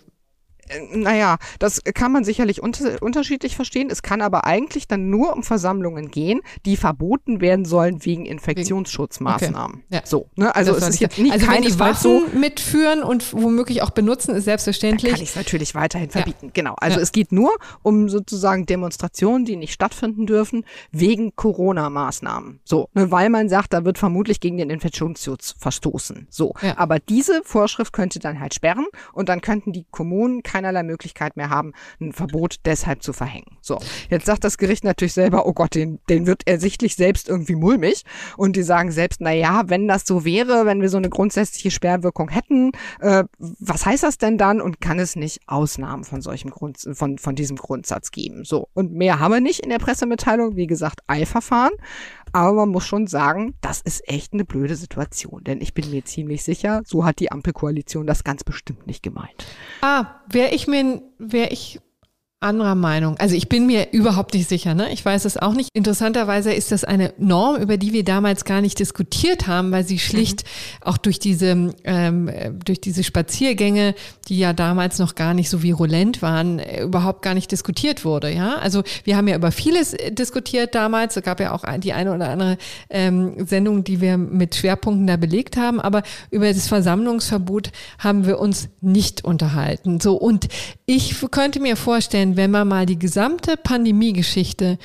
Naja, das kann man sicherlich unterschiedlich verstehen. Es kann aber eigentlich dann nur um Versammlungen gehen, die verboten werden sollen wegen Infektionsschutzmaßnahmen. Okay. Ja. So, ne? Also es ist jetzt nicht also wenn die Waffen mitführen und womöglich auch benutzen, ist selbstverständlich. Dann kann ich es natürlich weiterhin verbieten. Genau. Also es geht nur um sozusagen Demonstrationen, die nicht stattfinden dürfen, wegen Corona-Maßnahmen. So, ne? Weil man sagt, da wird vermutlich gegen den Infektionsschutz verstoßen. So. Ja. Aber diese Vorschrift könnte dann halt sperren und dann könnten die Kommunen keinerlei Möglichkeit mehr haben, ein Verbot deshalb zu verhängen. So, jetzt sagt das Gericht natürlich selber, oh Gott, den wird ersichtlich selbst irgendwie mulmig. Und die sagen selbst, na ja, wenn das so wäre, wenn wir so eine grundsätzliche Sperrwirkung hätten, was heißt das denn dann? Und kann es nicht Ausnahmen von solchem von diesem Grundsatz geben? So, und mehr haben wir nicht in der Pressemitteilung. Wie gesagt, Eilverfahren. Aber man muss schon sagen, das ist echt eine blöde Situation. Denn ich bin mir ziemlich sicher, so hat die Ampelkoalition das ganz bestimmt nicht gemeint. Wäre ich anderer Meinung. Also ich bin mir überhaupt nicht sicher, ne? Ich weiß es auch nicht. Interessanterweise ist das eine Norm, über die wir damals gar nicht diskutiert haben, weil sie schlicht auch durch diese Spaziergänge, die ja damals noch gar nicht so virulent waren, überhaupt gar nicht diskutiert wurde, ja? Also wir haben ja über vieles diskutiert damals. Es gab ja auch die eine oder andere Sendung, die wir mit Schwerpunkten da belegt haben, aber über das Versammlungsverbot haben wir uns nicht unterhalten. So, und ich könnte mir vorstellen, wenn man mal die gesamte Pandemiegeschichte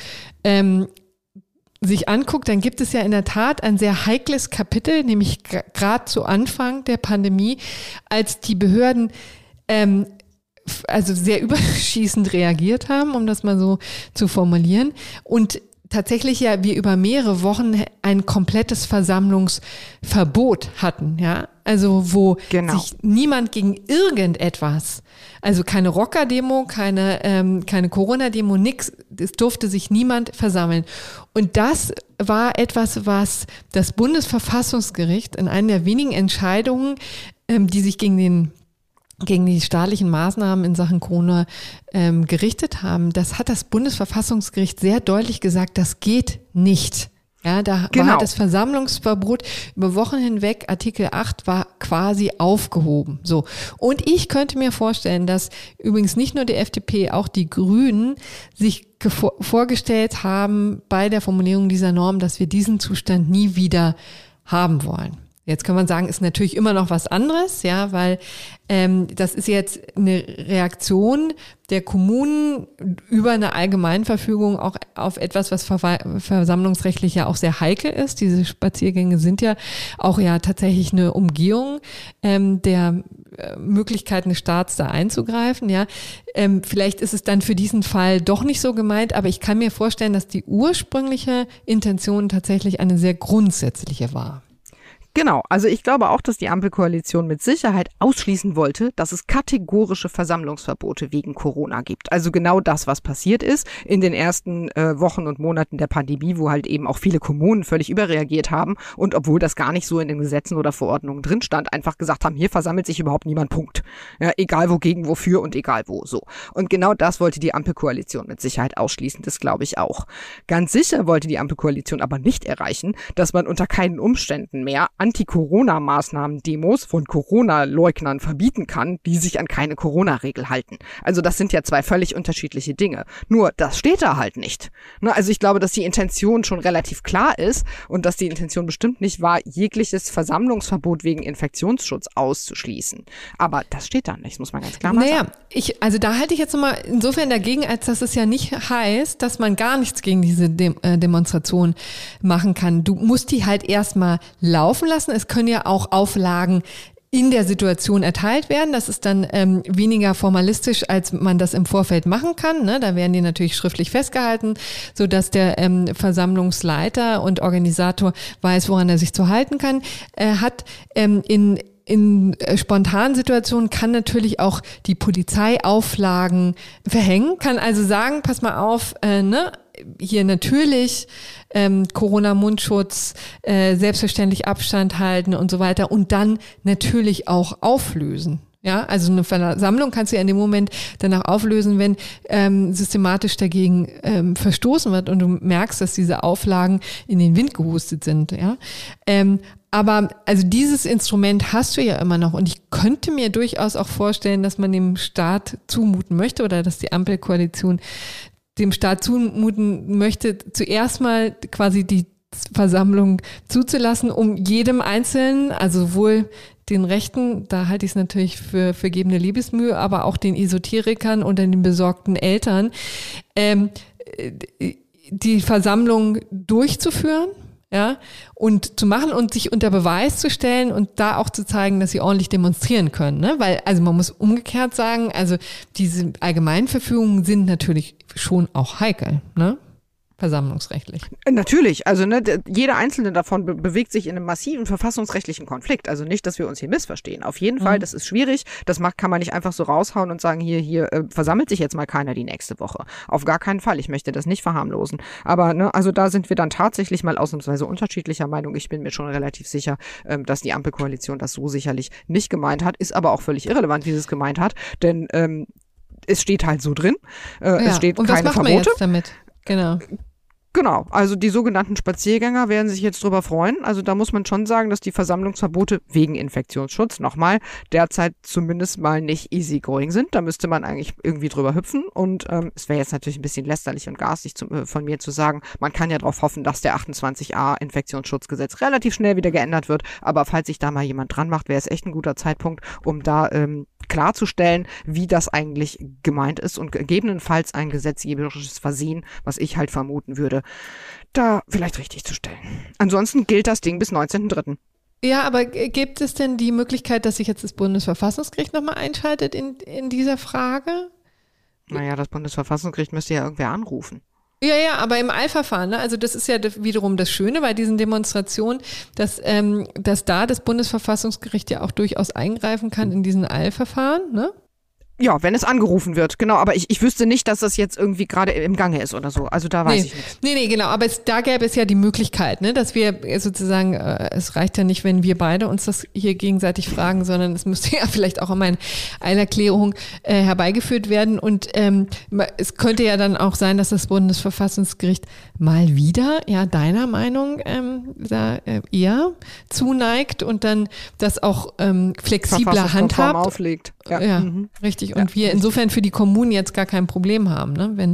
sich anguckt, dann gibt es ja in der Tat ein sehr heikles Kapitel, nämlich gerade zu Anfang der Pandemie, als die Behörden also sehr überschießend reagiert haben, um das mal so zu formulieren, und tatsächlich ja wir über mehrere Wochen ein komplettes Versammlungsverbot hatten, ja, also wo sich niemand gegen irgendetwas, also keine Rocker-Demo, keine Corona-Demo, nix, es durfte sich niemand versammeln. Und das war etwas, was das Bundesverfassungsgericht in einer der wenigen Entscheidungen, die sich gegen die staatlichen Maßnahmen in Sachen Corona gerichtet haben, das hat das Bundesverfassungsgericht sehr deutlich gesagt, das geht nicht. Ja, da war das Versammlungsverbot über Wochen hinweg, Artikel 8 war quasi aufgehoben. So. Und ich könnte mir vorstellen, dass übrigens nicht nur die FDP, auch die Grünen sich vorgestellt haben bei der Formulierung dieser Norm, dass wir diesen Zustand nie wieder haben wollen. Jetzt kann man sagen, ist natürlich immer noch was anderes, ja, weil das ist jetzt eine Reaktion der Kommunen über eine Allgemeinverfügung auch auf etwas, was versammlungsrechtlich ja auch sehr heikel ist. Diese Spaziergänge sind ja auch ja tatsächlich eine Umgehung der Möglichkeiten des Staats da einzugreifen, ja. Vielleicht ist es dann für diesen Fall doch nicht so gemeint, aber ich kann mir vorstellen, dass die ursprüngliche Intention tatsächlich eine sehr grundsätzliche war. Genau, also ich glaube auch, dass die Ampelkoalition mit Sicherheit ausschließen wollte, dass es kategorische Versammlungsverbote wegen Corona gibt. Also genau das, was passiert ist in den ersten Wochen und Monaten der Pandemie, wo halt eben auch viele Kommunen völlig überreagiert haben und obwohl das gar nicht so in den Gesetzen oder Verordnungen drin stand, einfach gesagt haben, hier versammelt sich überhaupt niemand, Punkt. Ja, egal wogegen, wofür und egal wo, so. Und genau das wollte die Ampelkoalition mit Sicherheit ausschließen, das glaube ich auch. Ganz sicher wollte die Ampelkoalition aber nicht erreichen, dass man unter keinen Umständen mehr Anti-Corona-Maßnahmen-Demos von Corona-Leugnern verbieten kann, die sich an keine Corona-Regel halten. Also das sind ja zwei völlig unterschiedliche Dinge. Nur, das steht da halt nicht. Also ich glaube, dass die Intention schon relativ klar ist und dass die Intention bestimmt nicht war, jegliches Versammlungsverbot wegen Infektionsschutz auszuschließen. Aber das steht da nicht, muss man ganz klar mal sagen. Also da halte ich jetzt nochmal insofern dagegen, als dass es ja nicht heißt, dass man gar nichts gegen diese Demonstration machen kann. Du musst die halt erstmal laufen lassen. Es können ja auch Auflagen in der Situation erteilt werden. Das ist dann weniger formalistisch, als man das im Vorfeld machen kann. Ne? Da werden die natürlich schriftlich festgehalten, sodass der Versammlungsleiter und Organisator weiß, woran er sich zu halten kann. In spontanen Situationen kann natürlich auch die Polizei Auflagen verhängen, kann also sagen, pass mal auf, hier natürlich Corona-Mundschutz, selbstverständlich Abstand halten und so weiter und dann natürlich auch auflösen. Ja, also eine Versammlung kannst du ja in dem Moment danach auflösen, wenn systematisch dagegen verstoßen wird und du merkst, dass diese Auflagen in den Wind gehustet sind. Ja, aber also dieses Instrument hast du ja immer noch und ich könnte mir durchaus auch vorstellen, dass man dem Staat zumuten möchte oder dass die Ampelkoalition dem Staat zumuten möchte, zuerst mal quasi die Versammlung zuzulassen, um jedem Einzelnen, also sowohl den Rechten, da halte ich es natürlich für vergebene Liebesmühe, aber auch den Esoterikern und den besorgten Eltern, die Versammlung durchzuführen. Ja, und zu machen und sich unter Beweis zu stellen und da auch zu zeigen, dass sie ordentlich demonstrieren können, ne? Weil, also man muss umgekehrt sagen, also diese Allgemeinverfügungen sind natürlich schon auch heikel, ne? Versammlungsrechtlich. Natürlich, also jeder einzelne davon bewegt sich in einem massiven verfassungsrechtlichen Konflikt. Also nicht, dass wir uns hier missverstehen. Auf jeden Fall, das ist schwierig. Das kann man nicht einfach so raushauen und sagen, hier versammelt sich jetzt mal keiner die nächste Woche. Auf gar keinen Fall. Ich möchte das nicht verharmlosen. Aber also da sind wir dann tatsächlich mal ausnahmsweise unterschiedlicher Meinung. Ich bin mir schon relativ sicher, dass die Ampelkoalition das so sicherlich nicht gemeint hat. Ist aber auch völlig irrelevant, wie sie es gemeint hat. Denn es steht halt so drin. Es steht und keine was macht Verbote. Man jetzt damit? Genau, also die sogenannten Spaziergänger werden sich jetzt drüber freuen. Also da muss man schon sagen, dass die Versammlungsverbote wegen Infektionsschutz nochmal derzeit zumindest mal nicht easygoing sind. Da müsste man eigentlich irgendwie drüber hüpfen und es wäre jetzt natürlich ein bisschen lästerlich und garstig von mir zu sagen, man kann ja darauf hoffen, dass der 28a Infektionsschutzgesetz relativ schnell wieder geändert wird. Aber falls sich da mal jemand dran macht, wäre es echt ein guter Zeitpunkt, um da klarzustellen, wie das eigentlich gemeint ist und gegebenenfalls ein gesetzgeberisches Versehen, was ich halt vermuten würde, da vielleicht richtig zu stellen. Ansonsten gilt das Ding bis 19.03. Ja, aber gibt es denn die Möglichkeit, dass sich jetzt das Bundesverfassungsgericht nochmal einschaltet in dieser Frage? Naja, das Bundesverfassungsgericht müsste ja irgendwer anrufen. Ja, aber im Eilverfahren, ne? Also das ist ja wiederum das Schöne bei diesen Demonstrationen, dass da das Bundesverfassungsgericht ja auch durchaus eingreifen kann in diesen Eilverfahren, ne? Ja, wenn es angerufen wird, genau. Aber ich wüsste nicht, dass das jetzt irgendwie gerade im Gange ist oder so. Also da weiß ich nicht. Nee, genau. Aber da gäbe es ja die Möglichkeit, ne, dass wir sozusagen, es reicht ja nicht, wenn wir beide uns das hier gegenseitig fragen, sondern es müsste ja vielleicht auch um eine Eilerklärung herbeigeführt werden. Und es könnte ja dann auch sein, dass das Bundesverfassungsgericht mal wieder, ja, deiner Meinung eher zuneigt und dann das auch flexibler handhabt. Auflegt. Ja, richtig. Und wir insofern für die Kommunen jetzt gar kein Problem haben. Ne?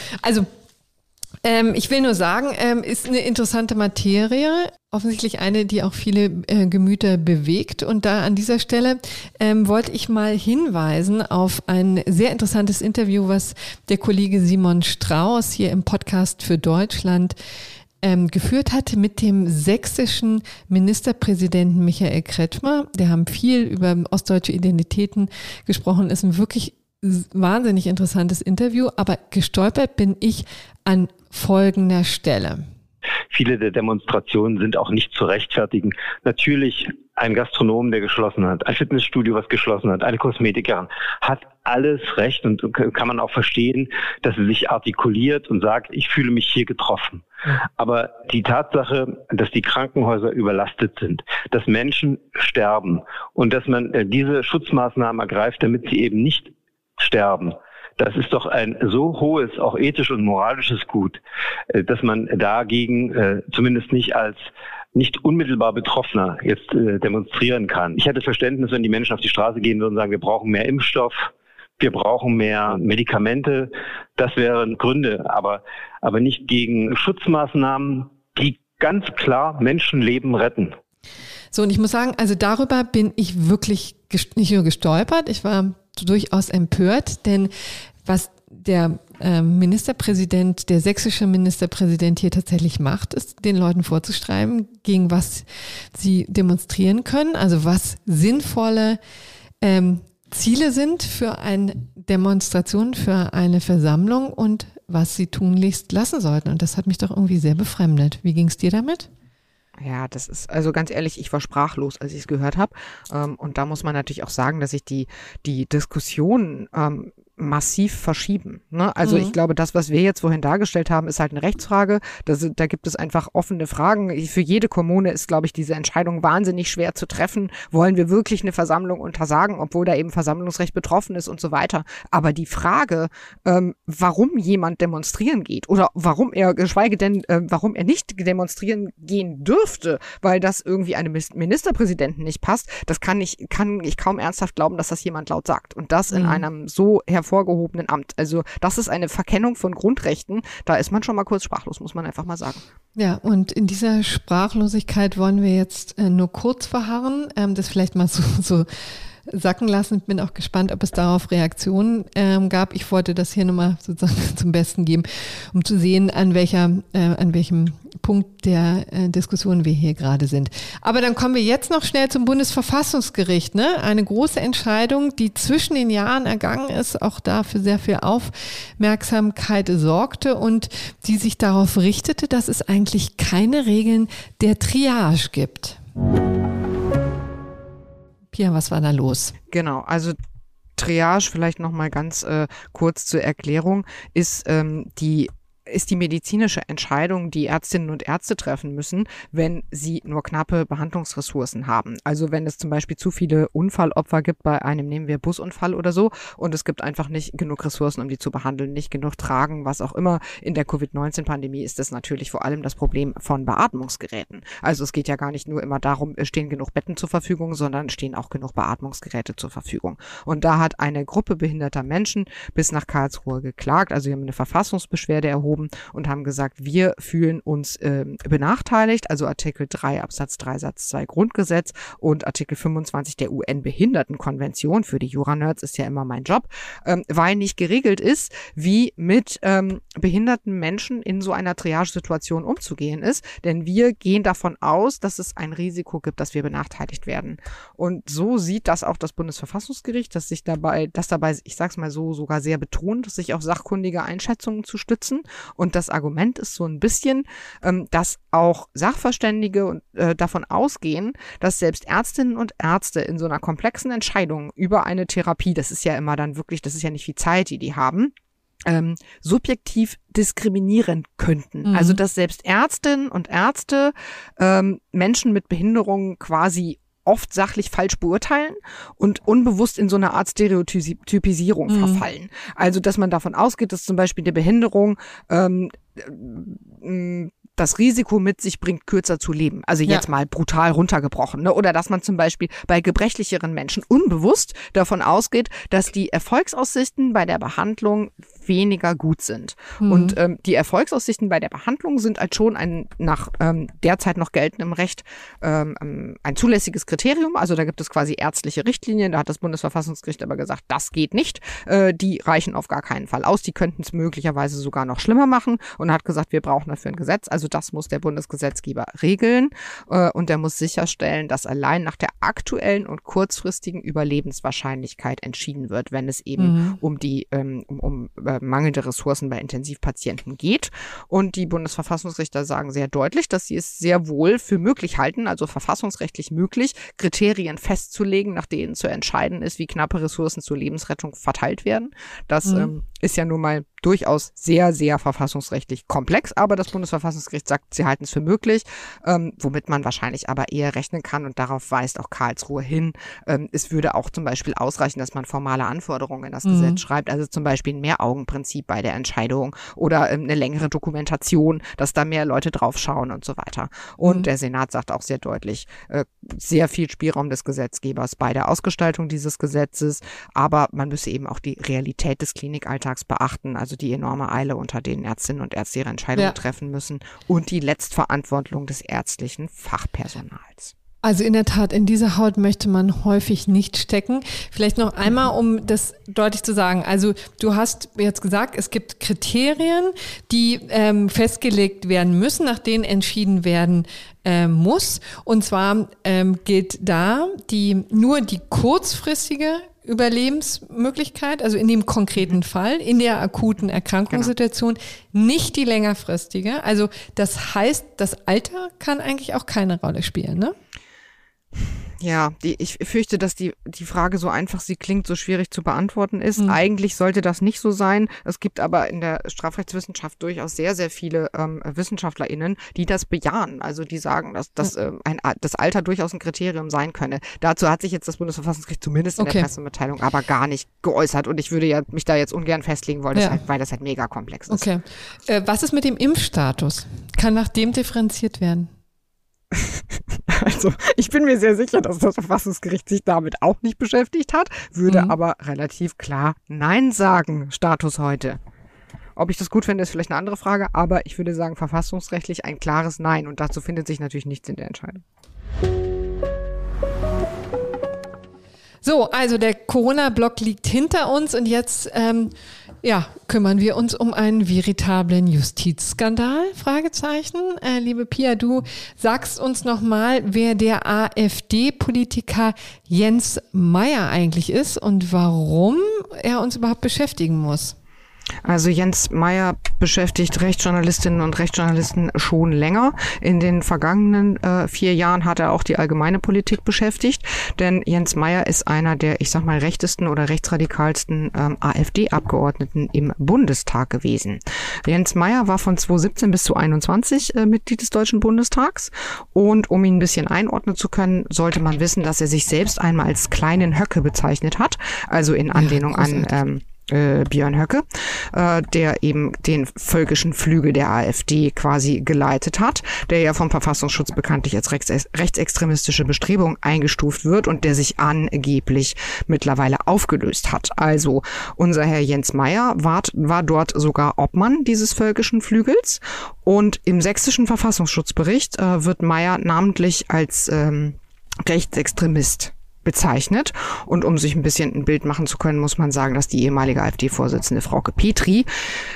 Ich will nur sagen, ist eine interessante Materie, offensichtlich eine, die auch viele Gemüter bewegt. Und da an dieser Stelle wollte ich mal hinweisen auf ein sehr interessantes Interview, was der Kollege Simon Strauß hier im Podcast für Deutschland geführt hatte mit dem sächsischen Ministerpräsidenten Michael Kretschmer. Der haben viel über ostdeutsche Identitäten gesprochen. Ist ein wirklich wahnsinnig interessantes Interview, aber gestolpert bin ich an folgender Stelle. viele der Demonstrationen sind auch nicht zu rechtfertigen. Natürlich ein Gastronom, der geschlossen hat, ein Fitnessstudio, was geschlossen hat, eine Kosmetikerin, hat alles Recht und kann man auch verstehen, dass sie sich artikuliert und sagt, ich fühle mich hier getroffen. Aber die Tatsache, dass die Krankenhäuser überlastet sind, dass Menschen sterben und dass man diese Schutzmaßnahmen ergreift, damit sie eben nicht sterben, das ist doch ein so hohes, auch ethisch und moralisches Gut, dass man dagegen zumindest nicht als nicht unmittelbar Betroffener jetzt demonstrieren kann. Ich hätte Verständnis, wenn die Menschen auf die Straße gehen würden und sagen, wir brauchen mehr Impfstoff, wir brauchen mehr Medikamente. Das wären Gründe, aber nicht gegen Schutzmaßnahmen, die ganz klar Menschenleben retten. So, und ich muss sagen, also darüber bin ich wirklich nicht nur gestolpert, ich war durchaus empört, denn was der Ministerpräsident, der sächsische Ministerpräsident hier tatsächlich macht, ist, den Leuten vorzuschreiben, gegen was sie demonstrieren können, also was sinnvolle Ziele sind für eine Demonstration, für eine Versammlung und was sie tunlichst lassen sollten. Und das hat mich doch irgendwie sehr befremdet. Wie ging es dir damit? Ja, das ist, also ganz ehrlich, ich war sprachlos, als ich es gehört habe. Und da muss man natürlich auch sagen, dass sich die Diskussion massiv verschieben. Ne? Also ich glaube, das, was wir jetzt vorhin dargestellt haben, ist halt eine Rechtsfrage. Da gibt es einfach offene Fragen. Für jede Kommune ist, glaube ich, diese Entscheidung wahnsinnig schwer zu treffen. Wollen wir wirklich eine Versammlung untersagen, obwohl da eben Versammlungsrecht betroffen ist und so weiter. Aber die Frage, warum jemand demonstrieren geht oder warum er, geschweige denn, warum er nicht demonstrieren gehen dürfte, weil das irgendwie einem Ministerpräsidenten nicht passt, das kann ich kaum ernsthaft glauben, dass das jemand laut sagt. Und das in einem so hervorgehobenen Amt. Also das ist eine Verkennung von Grundrechten. Da ist man schon mal kurz sprachlos, muss man einfach mal sagen. Ja, und in dieser Sprachlosigkeit wollen wir jetzt nur kurz verharren, das vielleicht mal so sacken lassen. Bin auch gespannt, ob es darauf Reaktionen gab. Ich wollte das hier nochmal sozusagen zum Besten geben, um zu sehen, an welchem Punkt der Diskussion wir hier gerade sind. Aber dann kommen wir jetzt noch schnell zum Bundesverfassungsgericht. Ne? Eine große Entscheidung, die zwischen den Jahren ergangen ist, auch da für sehr viel Aufmerksamkeit sorgte und die sich darauf richtete, dass es eigentlich keine Regeln der Triage gibt. Pia, was war da los? Genau, also Triage, vielleicht nochmal ganz kurz zur Erklärung, ist die medizinische Entscheidung, die Ärztinnen und Ärzte treffen müssen, wenn sie nur knappe Behandlungsressourcen haben. Also wenn es zum Beispiel zu viele Unfallopfer gibt bei einem, nehmen wir Busunfall oder so, und es gibt einfach nicht genug Ressourcen, um die zu behandeln, nicht genug tragen, was auch immer. In der Covid-19-Pandemie ist das natürlich vor allem das Problem von Beatmungsgeräten. Also es geht ja gar nicht nur immer darum, stehen genug Betten zur Verfügung, sondern stehen auch genug Beatmungsgeräte zur Verfügung. Und da hat eine Gruppe behinderter Menschen bis nach Karlsruhe geklagt, also sie haben eine Verfassungsbeschwerde erhoben und haben gesagt, wir fühlen uns benachteiligt, also Artikel 3 Absatz 3 Satz 2 Grundgesetz und Artikel 25 der UN-Behindertenkonvention, für die Jura-Nerds ist ja immer mein Job, weil nicht geregelt ist, wie mit behinderten Menschen in so einer Triage-Situation umzugehen ist, denn wir gehen davon aus, dass es ein Risiko gibt, dass wir benachteiligt werden. Und so sieht das auch das Bundesverfassungsgericht, dass dabei, ich sag's mal so, sogar sehr betont, sich auf sachkundige Einschätzungen zu stützen. Und das Argument ist so ein bisschen, dass auch Sachverständige davon ausgehen, dass selbst Ärztinnen und Ärzte in so einer komplexen Entscheidung über eine Therapie, das ist ja immer dann wirklich, das ist ja nicht viel Zeit, die haben, subjektiv diskriminieren könnten. Also dass selbst Ärztinnen und Ärzte Menschen mit Behinderungen quasi oft sachlich falsch beurteilen und unbewusst in so eine Art Stereotypisierung verfallen. Also, dass man davon ausgeht, dass zum Beispiel die Behinderung das Risiko mit sich bringt, kürzer zu leben. Also jetzt mal brutal runtergebrochen. Ne? Oder dass man zum Beispiel bei gebrechlicheren Menschen unbewusst davon ausgeht, dass die Erfolgsaussichten bei der Behandlung weniger gut sind. Und die Erfolgsaussichten bei der Behandlung sind halt schon nach derzeit noch geltendem Recht ein zulässiges Kriterium. Also da gibt es quasi ärztliche Richtlinien. Da hat das Bundesverfassungsgericht aber gesagt, das geht nicht. Die reichen auf gar keinen Fall aus. Die könnten es möglicherweise sogar noch schlimmer machen und hat gesagt, wir brauchen dafür ein Gesetz. Also das muss der Bundesgesetzgeber regeln und der muss sicherstellen, dass allein nach der aktuellen und kurzfristigen Überlebenswahrscheinlichkeit entschieden wird, wenn es eben um die mangelnde Ressourcen bei Intensivpatienten geht. Und die Bundesverfassungsrichter sagen sehr deutlich, dass sie es sehr wohl für möglich halten, also verfassungsrechtlich möglich, Kriterien festzulegen, nach denen zu entscheiden ist, wie knappe Ressourcen zur Lebensrettung verteilt werden. Das ist ja nun mal durchaus sehr, sehr verfassungsrechtlich komplex, aber das Bundesverfassungsgericht sagt, sie halten es für möglich, womit man wahrscheinlich aber eher rechnen kann, und darauf weist auch Karlsruhe hin. Es würde auch zum Beispiel ausreichen, dass man formale Anforderungen in das Gesetz schreibt, also zum Beispiel ein Mehraugenprinzip bei der Entscheidung oder eine längere Dokumentation, dass da mehr Leute drauf schauen und so weiter. Und der Senat sagt auch sehr deutlich, sehr viel Spielraum des Gesetzgebers bei der Ausgestaltung dieses Gesetzes, aber man müsse eben auch die Realität des Klinikalltags beachten, also die enorme Eile, unter denen Ärztinnen und Ärzte ihre Entscheidungen treffen müssen, und die Letztverantwortung des ärztlichen Fachpersonals. Also in der Tat, in dieser Haut möchte man häufig nicht stecken. Vielleicht noch einmal, um das deutlich zu sagen. Also du hast jetzt gesagt, es gibt Kriterien, die festgelegt werden müssen, nach denen entschieden werden muss. Und zwar gilt da nur die kurzfristige Überlebensmöglichkeit, also in dem konkreten Fall, in der akuten Erkrankungssituation, nicht die längerfristige. Also das heißt, das Alter kann eigentlich auch keine Rolle spielen, ne? Ja, ich fürchte, dass die Frage, so einfach sie klingt, so schwierig zu beantworten ist. Eigentlich sollte das nicht so sein. Es gibt aber in der Strafrechtswissenschaft durchaus sehr, sehr viele WissenschaftlerInnen, die das bejahen. Also die sagen, dass das Alter durchaus ein Kriterium sein könne. Dazu hat sich jetzt das Bundesverfassungsgericht zumindest in der Pressemitteilung aber gar nicht geäußert. Und ich würde mich da jetzt ungern festlegen wollen, weil das halt mega komplex ist. Okay. Was ist mit dem Impfstatus? Kann nach dem differenziert werden? Also ich bin mir sehr sicher, dass das Verfassungsgericht sich damit auch nicht beschäftigt hat, würde aber relativ klar Nein sagen, Status heute. Ob ich das gut finde, ist vielleicht eine andere Frage, aber ich würde sagen, verfassungsrechtlich ein klares Nein, und dazu findet sich natürlich nichts in der Entscheidung. So, also der Corona-Block liegt hinter uns, und jetzt kümmern wir uns um einen veritablen Justizskandal? Fragezeichen. Liebe Pia, du sagst uns nochmal, wer der AfD-Politiker Jens Meyer eigentlich ist und warum er uns überhaupt beschäftigen muss. Also Jens Meyer beschäftigt Rechtsjournalistinnen und Rechtsjournalisten schon länger. In den vergangenen 4 Jahren hat er auch die allgemeine Politik beschäftigt, denn Jens Meyer ist einer der, ich sag mal, rechtesten oder rechtsradikalsten AfD-Abgeordneten im Bundestag gewesen. Jens Meyer war von 2017 bis 2021 Mitglied des Deutschen Bundestags, und um ihn ein bisschen einordnen zu können, sollte man wissen, dass er sich selbst einmal als kleinen Höcke bezeichnet hat, also in Anlehnung an Björn Höcke, der eben den völkischen Flügel der AfD quasi geleitet hat, der ja vom Verfassungsschutz bekanntlich als rechtsextremistische Bestrebung eingestuft wird und der sich angeblich mittlerweile aufgelöst hat. Also unser Herr Jens Meyer war dort sogar Obmann dieses völkischen Flügels, und im sächsischen Verfassungsschutzbericht wird Meyer namentlich als Rechtsextremist bezeichnet. Und um sich ein bisschen ein Bild machen zu können, muss man sagen, dass die ehemalige AfD-Vorsitzende Frauke Petry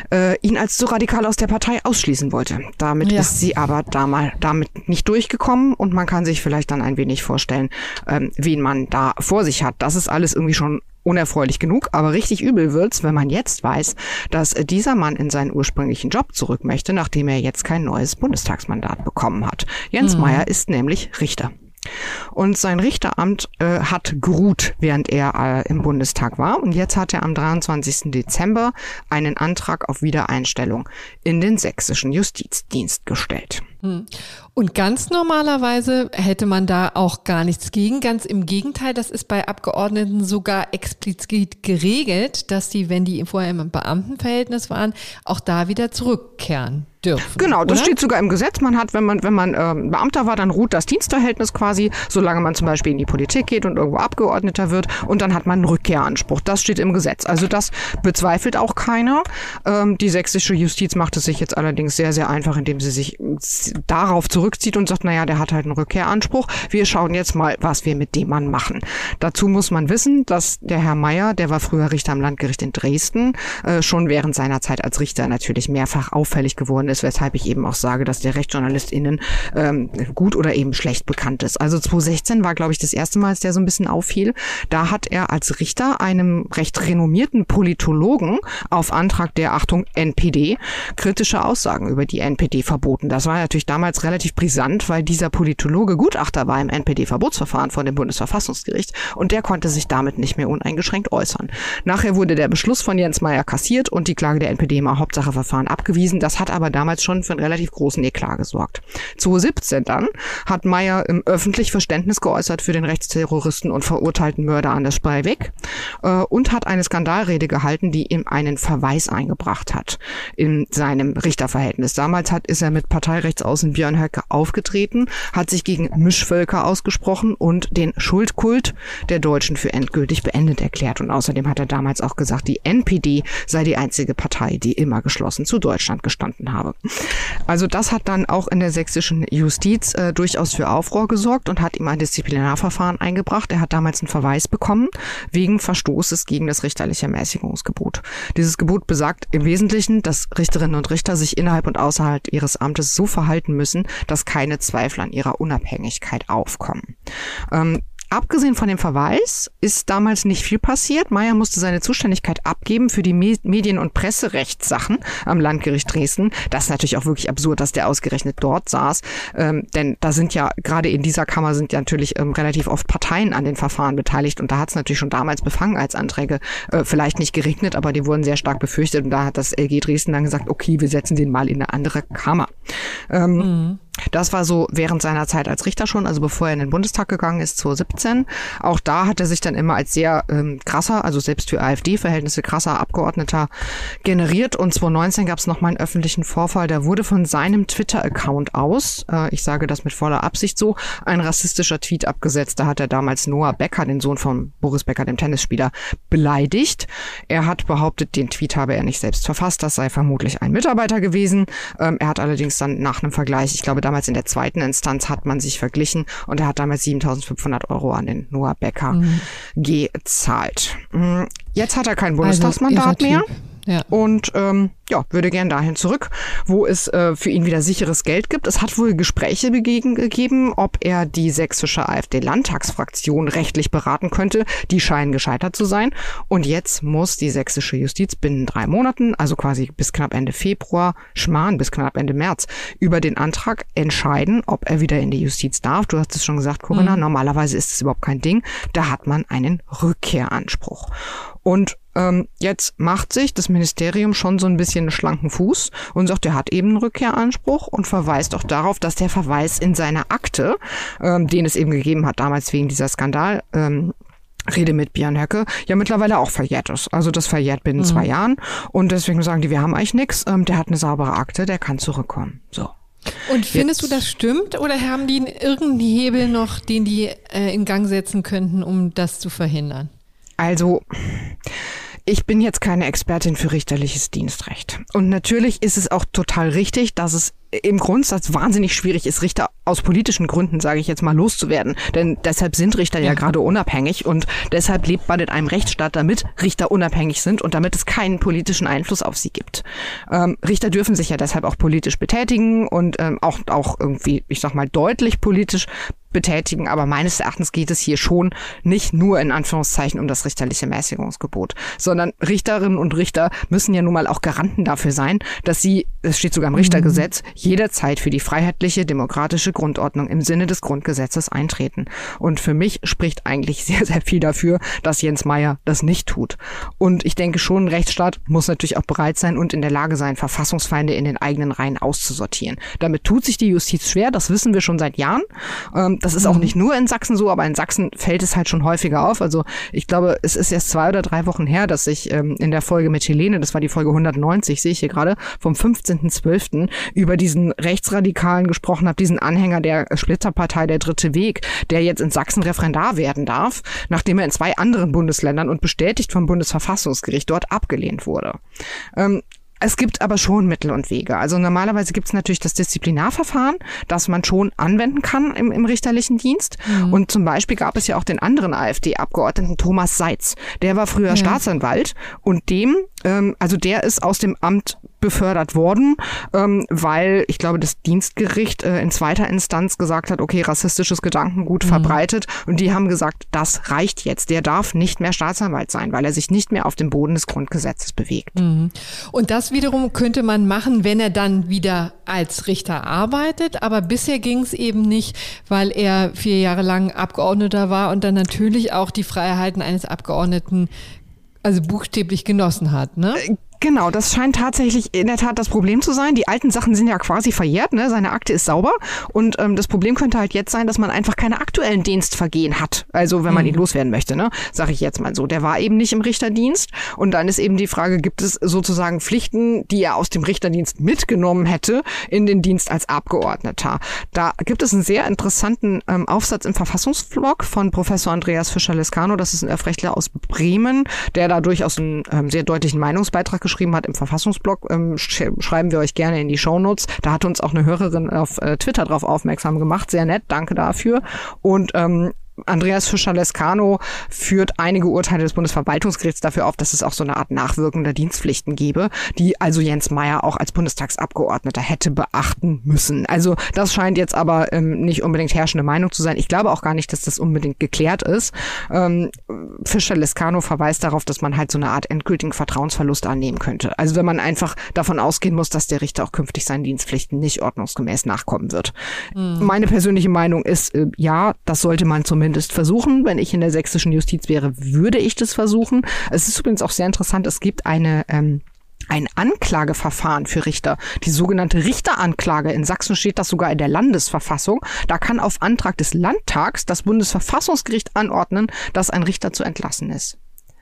ihn als zu radikal aus der Partei ausschließen wollte. Damit ist sie aber damit nicht durchgekommen, und man kann sich vielleicht dann ein wenig vorstellen, wen man da vor sich hat. Das ist alles irgendwie schon unerfreulich genug, aber richtig übel wird's, wenn man jetzt weiß, dass dieser Mann in seinen ursprünglichen Job zurück möchte, nachdem er jetzt kein neues Bundestagsmandat bekommen hat. Jens Meyer ist nämlich Richter. Und sein Richteramt hat geruht, während er im Bundestag war. Und jetzt hat er am 23. Dezember einen Antrag auf Wiedereinstellung in den sächsischen Justizdienst gestellt. Und ganz normalerweise hätte man da auch gar nichts gegen. Ganz im Gegenteil, das ist bei Abgeordneten sogar explizit geregelt, dass die, wenn die vorher im Beamtenverhältnis waren, auch da wieder zurückkehren dürfen. Genau, das steht sogar im Gesetz. Man hat, wenn man Beamter war, dann ruht das Dienstverhältnis quasi, solange man zum Beispiel in die Politik geht und irgendwo Abgeordneter wird, und dann hat man einen Rückkehranspruch. Das steht im Gesetz. Also das bezweifelt auch keiner. Die sächsische Justiz macht es sich jetzt allerdings sehr, sehr einfach, indem sie sich darauf zurückzieht und sagt, naja, der hat halt einen Rückkehranspruch. Wir schauen jetzt mal, was wir mit dem Mann machen. Dazu muss man wissen, dass der Herr Meyer, der war früher Richter am Landgericht in Dresden, schon während seiner Zeit als Richter natürlich mehrfach auffällig geworden ist, weshalb ich eben auch sage, dass der RechtsjournalistInnen gut oder eben schlecht bekannt ist. Also 2016 war, glaube ich, das erste Mal, als der so ein bisschen auffiel. Da hat er als Richter einem recht renommierten Politologen auf Antrag der, Achtung, NPD, kritische Aussagen über die NPD verboten. Das war natürlich damals relativ brisant, weil dieser Politologe Gutachter war im NPD-Verbotsverfahren vor dem Bundesverfassungsgericht und der konnte sich damit nicht mehr uneingeschränkt äußern. Nachher wurde der Beschluss von Jens Meyer kassiert und die Klage der NPD im Hauptsacheverfahren abgewiesen. Das hat aber damals schon für einen relativ großen Eklat gesorgt. 2017 dann hat Meyer öffentlich Verständnis geäußert für den Rechtsterroristen und verurteilten Mörder Anders Breivik und hat eine Skandalrede gehalten, die ihm einen Verweis eingebracht hat in seinem Richterverhältnis. Damals ist er mit Parteirechtsaußen Björn Höcke aufgetreten, hat sich gegen Mischvölker ausgesprochen und den Schuldkult der Deutschen für endgültig beendet erklärt. Und außerdem hat er damals auch gesagt, die NPD sei die einzige Partei, die immer geschlossen zu Deutschland gestanden habe. Also das hat dann auch in der sächsischen Justiz durchaus für Aufruhr gesorgt und hat ihm ein Disziplinarverfahren eingebracht. Er hat damals einen Verweis bekommen wegen Verstoßes gegen das richterliche Ermäßigungsgebot. Dieses Gebot besagt im Wesentlichen, dass Richterinnen und Richter sich innerhalb und außerhalb ihres Amtes so verhalten müssen, dass keine Zweifel an ihrer Unabhängigkeit aufkommen. Abgesehen von dem Verweis ist damals nicht viel passiert. Meyer musste seine Zuständigkeit abgeben für die Medien- und Presserechtssachen am Landgericht Dresden. Das ist natürlich auch wirklich absurd, dass der ausgerechnet dort saß. Denn da sind ja, gerade in dieser Kammer sind ja natürlich relativ oft Parteien an den Verfahren beteiligt. Und da hat es natürlich schon damals Befangenheitsanträge vielleicht nicht geregnet, aber die wurden sehr stark befürchtet. Und da hat das LG Dresden dann gesagt, okay, wir setzen den mal in eine andere Kammer. Das war so während seiner Zeit als Richter schon, also bevor er in den Bundestag gegangen ist, 2017. Auch da hat er sich dann immer als sehr krasser, also selbst für AfD-Verhältnisse krasser Abgeordneter generiert. Und 2019 gab es nochmal einen öffentlichen Vorfall, da wurde von seinem Twitter-Account aus, ich sage das mit voller Absicht so, ein rassistischer Tweet abgesetzt. Da hat er damals Noah Becker, den Sohn von Boris Becker, dem Tennisspieler, beleidigt. Er hat behauptet, den Tweet habe er nicht selbst verfasst, das sei vermutlich ein Mitarbeiter gewesen. Er hat allerdings dann nach einem Vergleich, ich glaube damals in der zweiten Instanz hat man sich verglichen und er hat damals 7.500 € an den Noah Becker gezahlt. Jetzt hat er kein Bundestagsmandat mehr. Ja. Und würde gern dahin zurück, wo es für ihn wieder sicheres Geld gibt. Es hat wohl Gespräche gegeben, ob er die sächsische AfD-Landtagsfraktion rechtlich beraten könnte. Die scheinen gescheitert zu sein. Und jetzt muss die sächsische Justiz binnen 3 Monaten, also quasi bis knapp Ende Februar, bis knapp Ende März, über den Antrag entscheiden, ob er wieder in die Justiz darf. Du hast es schon gesagt, Corinna, normalerweise ist es überhaupt kein Ding. Da hat man einen Rückkehranspruch. Und jetzt macht sich das Ministerium schon so ein bisschen einen schlanken Fuß und sagt, er hat eben einen Rückkehranspruch und verweist auch darauf, dass der Verweis in seiner Akte, den es eben gegeben hat, damals wegen dieser Skandal, Rede mit Björn Höcke, ja mittlerweile auch verjährt ist. Also das verjährt binnen 2 Jahren und deswegen sagen die, wir haben eigentlich nichts, der hat eine saubere Akte, der kann zurückkommen. So. Und findest du, das stimmt oder haben die irgendeinen Hebel noch, den die in Gang setzen könnten, um das zu verhindern? Also, ich bin jetzt keine Expertin für richterliches Dienstrecht. Und natürlich ist es auch total richtig, dass es im Grundsatz wahnsinnig schwierig ist, Richter aus politischen Gründen, sage ich jetzt mal, loszuwerden. Denn deshalb sind Richter ja gerade unabhängig und deshalb lebt man in einem Rechtsstaat, damit Richter unabhängig sind und damit es keinen politischen Einfluss auf sie gibt. Richter dürfen sich ja deshalb auch politisch betätigen und auch irgendwie, ich sag mal, deutlich politisch betätigen, aber meines Erachtens geht es hier schon nicht nur in Anführungszeichen um das richterliche Mäßigungsgebot, sondern Richterinnen und Richter müssen ja nun mal auch Garanten dafür sein, dass sie, es steht sogar im Richtergesetz, jederzeit für die freiheitliche, demokratische Grundordnung im Sinne des Grundgesetzes eintreten. Und für mich spricht eigentlich sehr, sehr viel dafür, dass Jens Meyer das nicht tut. Und ich denke schon, ein Rechtsstaat muss natürlich auch bereit sein und in der Lage sein, Verfassungsfeinde in den eigenen Reihen auszusortieren. Damit tut sich die Justiz schwer, das wissen wir schon seit Jahren. Das ist auch nicht nur in Sachsen so, aber in Sachsen fällt es halt schon häufiger auf. Also ich glaube, es ist erst 2 oder 3 Wochen her, dass ich in der Folge mit Helene, das war die Folge 190, sehe ich hier gerade, vom 15.12. über diesen Rechtsradikalen gesprochen habe, diesen Anhänger der Splitterpartei Der Dritte Weg, der jetzt in Sachsen Referendar werden darf, nachdem er in 2 anderen Bundesländern und bestätigt vom Bundesverfassungsgericht dort abgelehnt wurde. Es gibt aber schon Mittel und Wege. Also normalerweise gibt es natürlich das Disziplinarverfahren, das man schon anwenden kann im richterlichen Dienst. Und zum Beispiel gab es ja auch den anderen AfD-Abgeordneten Thomas Seitz. Der war früher Staatsanwalt und der ist aus dem Amt befördert worden, weil ich glaube, das Dienstgericht in zweiter Instanz gesagt hat, okay, rassistisches Gedankengut verbreitet. Und die haben gesagt, das reicht jetzt. Der darf nicht mehr Staatsanwalt sein, weil er sich nicht mehr auf dem Boden des Grundgesetzes bewegt. Und das wiederum könnte man machen, wenn er dann wieder als Richter arbeitet. Aber bisher ging es eben nicht, weil er 4 Jahre lang Abgeordneter war und dann natürlich auch die Freiheiten eines Abgeordneten also buchstäblich genossen hat, ne? Genau, das scheint tatsächlich in der Tat das Problem zu sein. Die alten Sachen sind ja quasi verjährt, ne? Seine Akte ist sauber und das Problem könnte halt jetzt sein, dass man einfach keine aktuellen Dienstvergehen hat. Also wenn man ihn loswerden möchte, ne? Sag ich jetzt mal so. Der war eben nicht im Richterdienst und dann ist eben die Frage, gibt es sozusagen Pflichten, die er aus dem Richterdienst mitgenommen hätte in den Dienst als Abgeordneter. Da gibt es einen sehr interessanten Aufsatz im Verfassungsblog von Professor Andreas Fischer-Lescano. Das ist ein Rechtler aus Bremen, der da durchaus einen sehr deutlichen Meinungsbeitrag geschrieben hat im Verfassungsblog, schreiben wir euch gerne in die Shownotes. Da hat uns auch eine Hörerin auf Twitter drauf aufmerksam gemacht. Sehr nett, danke dafür. Und Andreas Fischer-Lescano führt einige Urteile des Bundesverwaltungsgerichts dafür auf, dass es auch so eine Art nachwirkender Dienstpflichten gebe, die also Jens Meyer auch als Bundestagsabgeordneter hätte beachten müssen. Also das scheint jetzt aber nicht unbedingt herrschende Meinung zu sein. Ich glaube auch gar nicht, dass das unbedingt geklärt ist. Fischer-Lescano verweist darauf, dass man halt so eine Art endgültigen Vertrauensverlust annehmen könnte. Also wenn man einfach davon ausgehen muss, dass der Richter auch künftig seinen Dienstpflichten nicht ordnungsgemäß nachkommen wird. Meine persönliche Meinung ist, ja, das sollte man zumindest versuchen. Wenn ich in der sächsischen Justiz wäre, würde ich das versuchen. Es ist übrigens auch sehr interessant, es gibt ein Anklageverfahren für Richter. Die sogenannte Richteranklage. In Sachsen steht das sogar in der Landesverfassung. Da kann auf Antrag des Landtags das Bundesverfassungsgericht anordnen, dass ein Richter zu entlassen ist.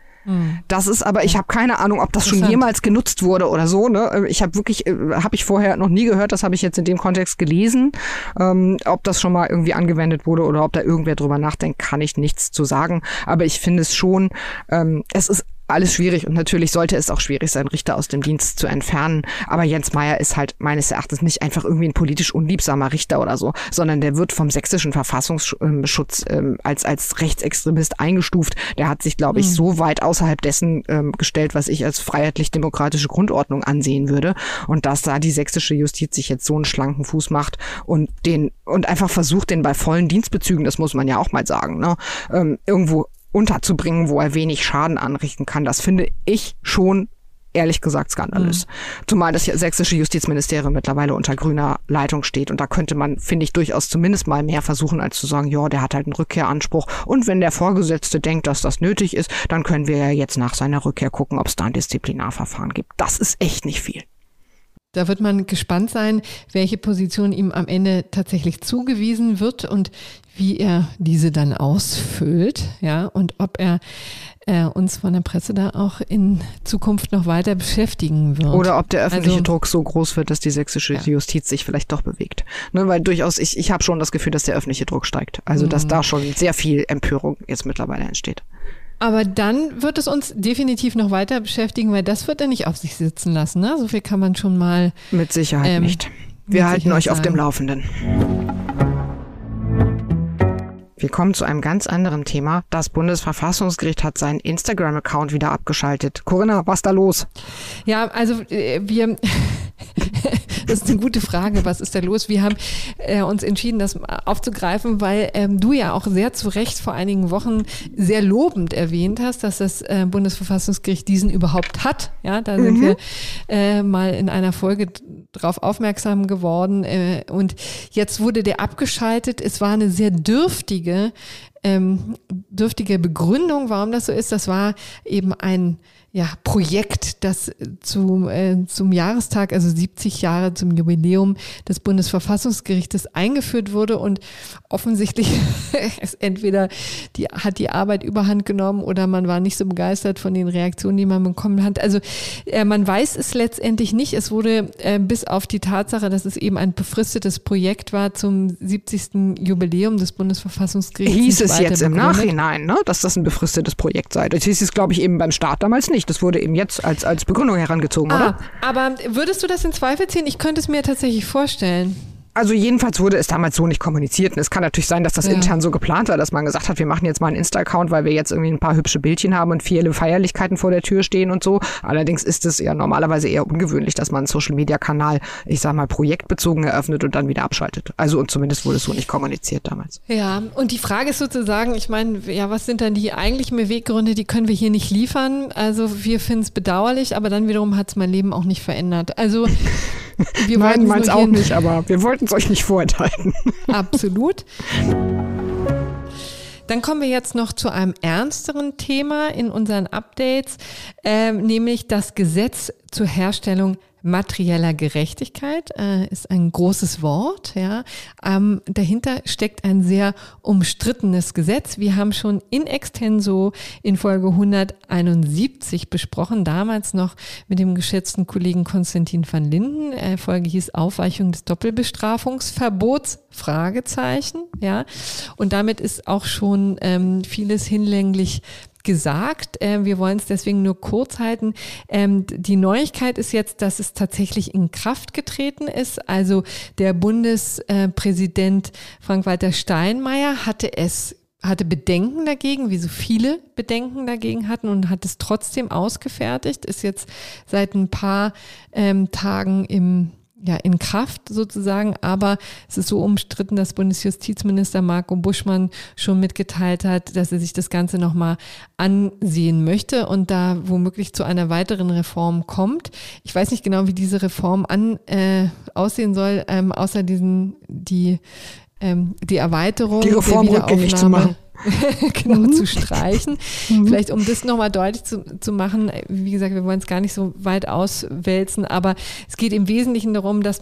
Das ist aber, ich habe keine Ahnung, ob das schon jemals genutzt wurde oder so. Ne? Ich habe ich vorher noch nie gehört, das habe ich jetzt in dem Kontext gelesen. Ob das schon mal irgendwie angewendet wurde oder ob da irgendwer drüber nachdenkt, kann ich nichts zu sagen. Aber ich finde es schon, es ist alles schwierig und natürlich sollte es auch schwierig sein, Richter aus dem Dienst zu entfernen. Aber Jens Meyer ist halt meines Erachtens nicht einfach irgendwie ein politisch unliebsamer Richter oder so, sondern der wird vom sächsischen Verfassungsschutz als Rechtsextremist eingestuft. Der hat sich, glaube ich, so weit außerhalb dessen gestellt, was ich als freiheitlich-demokratische Grundordnung ansehen würde. Und dass da die sächsische Justiz sich jetzt so einen schlanken Fuß macht und einfach versucht, den bei vollen Dienstbezügen, das muss man ja auch mal sagen, ne, irgendwo unterzubringen, wo er wenig Schaden anrichten kann. Das finde ich schon, ehrlich gesagt, skandalös. Zumal das sächsische Justizministerium mittlerweile unter grüner Leitung steht. Und da könnte man, finde ich, durchaus zumindest mal mehr versuchen, als zu sagen, ja, der hat halt einen Rückkehranspruch. Und wenn der Vorgesetzte denkt, dass das nötig ist, dann können wir ja jetzt nach seiner Rückkehr gucken, ob es da ein Disziplinarverfahren gibt. Das ist echt nicht viel. Da wird man gespannt sein, welche Position ihm am Ende tatsächlich zugewiesen wird und wie er diese dann ausfüllt, ja, und ob er uns von der Presse da auch in Zukunft noch weiter beschäftigen wird. Oder ob der öffentliche Druck so groß wird, dass die sächsische Justiz sich vielleicht doch bewegt. Ne, weil durchaus, ich habe schon das Gefühl, dass der öffentliche Druck steigt. Also dass da schon sehr viel Empörung jetzt mittlerweile entsteht. Aber dann wird es uns definitiv noch weiter beschäftigen, weil das wird er nicht auf sich sitzen lassen. Ne? So viel kann man schon mal... Mit Sicherheit nicht. Wir halten euch auf dem Laufenden. Wir kommen zu einem ganz anderen Thema. Das Bundesverfassungsgericht hat seinen Instagram-Account wieder abgeschaltet. Corinna, was ist da los? Ja, also das ist eine gute Frage, was ist da los? Wir haben uns entschieden, das aufzugreifen, weil du ja auch sehr zu Recht vor einigen Wochen sehr lobend erwähnt hast, dass das Bundesverfassungsgericht diesen überhaupt hat. Ja, da sind wir mal in einer Folge drauf aufmerksam geworden und jetzt wurde der abgeschaltet. Es war eine sehr dürftige Begründung, warum das so ist. Das war eben ein Projekt, das zum Jahrestag, also 70 Jahre zum Jubiläum des Bundesverfassungsgerichtes eingeführt wurde und offensichtlich ist entweder hat die Arbeit überhand genommen oder man war nicht so begeistert von den Reaktionen, die man bekommen hat. Also man weiß es letztendlich nicht. Es wurde bis auf die Tatsache, dass es eben ein befristetes Projekt war zum 70. Jubiläum des Bundesverfassungsgerichts. Hieß es es jetzt im Nachhinein, ne, dass das ein befristetes Projekt sei. Das hieß es, glaube ich, eben beim Start damals nicht. Das wurde eben jetzt als Begründung herangezogen, oder? Aber würdest du das in Zweifel ziehen? Ich könnte es mir tatsächlich vorstellen. Also jedenfalls wurde es damals so nicht kommuniziert. Und es kann natürlich sein, dass das intern so geplant war, dass man gesagt hat, wir machen jetzt mal einen Insta-Account, weil wir jetzt irgendwie ein paar hübsche Bildchen haben und viele Feierlichkeiten vor der Tür stehen und so. Allerdings ist es ja normalerweise eher ungewöhnlich, dass man einen Social-Media-Kanal, ich sag mal, projektbezogen eröffnet und dann wieder abschaltet. Also und zumindest wurde es so nicht kommuniziert damals. Ja, und die Frage ist sozusagen, ich meine, ja, was sind dann die eigentlichen Beweggründe, die können wir hier nicht liefern. Also wir finden es bedauerlich, aber dann wiederum hat es mein Leben auch nicht verändert. Also wir Nein, meins auch nicht, aber wir wollten es euch nicht vorenthalten. Absolut. Dann kommen wir jetzt noch zu einem ernsteren Thema in unseren Updates, nämlich das Gesetz zur Herstellung materieller Gerechtigkeit, ist ein großes Wort. Ja. Dahinter steckt ein sehr umstrittenes Gesetz. Wir haben schon in extenso in Folge 171 besprochen, damals noch mit dem geschätzten Kollegen Konstantin van Linden. Folge hieß Aufweichung des Doppelbestrafungsverbots, Fragezeichen. Ja. Und damit ist auch schon vieles hinlänglich gesagt. Wir wollen es deswegen nur kurz halten. Die Neuigkeit ist jetzt, dass es tatsächlich in Kraft getreten ist. Also der Bundespräsident Frank-Walter Steinmeier hatte Bedenken dagegen, wie so viele Bedenken dagegen hatten und hat es trotzdem ausgefertigt, ist jetzt seit ein paar Tagen in Kraft sozusagen, aber es ist so umstritten, dass Bundesjustizminister Marco Buschmann schon mitgeteilt hat, dass er sich das Ganze nochmal ansehen möchte und da womöglich zu einer weiteren Reform kommt. Ich weiß nicht genau, wie diese Reform aussehen soll, außer die Erweiterung die Reform der rückgängig zu machen. Genau, zu streichen. Vielleicht, um das nochmal deutlich zu machen, wie gesagt, wir wollen es gar nicht so weit auswälzen, aber es geht im Wesentlichen darum, dass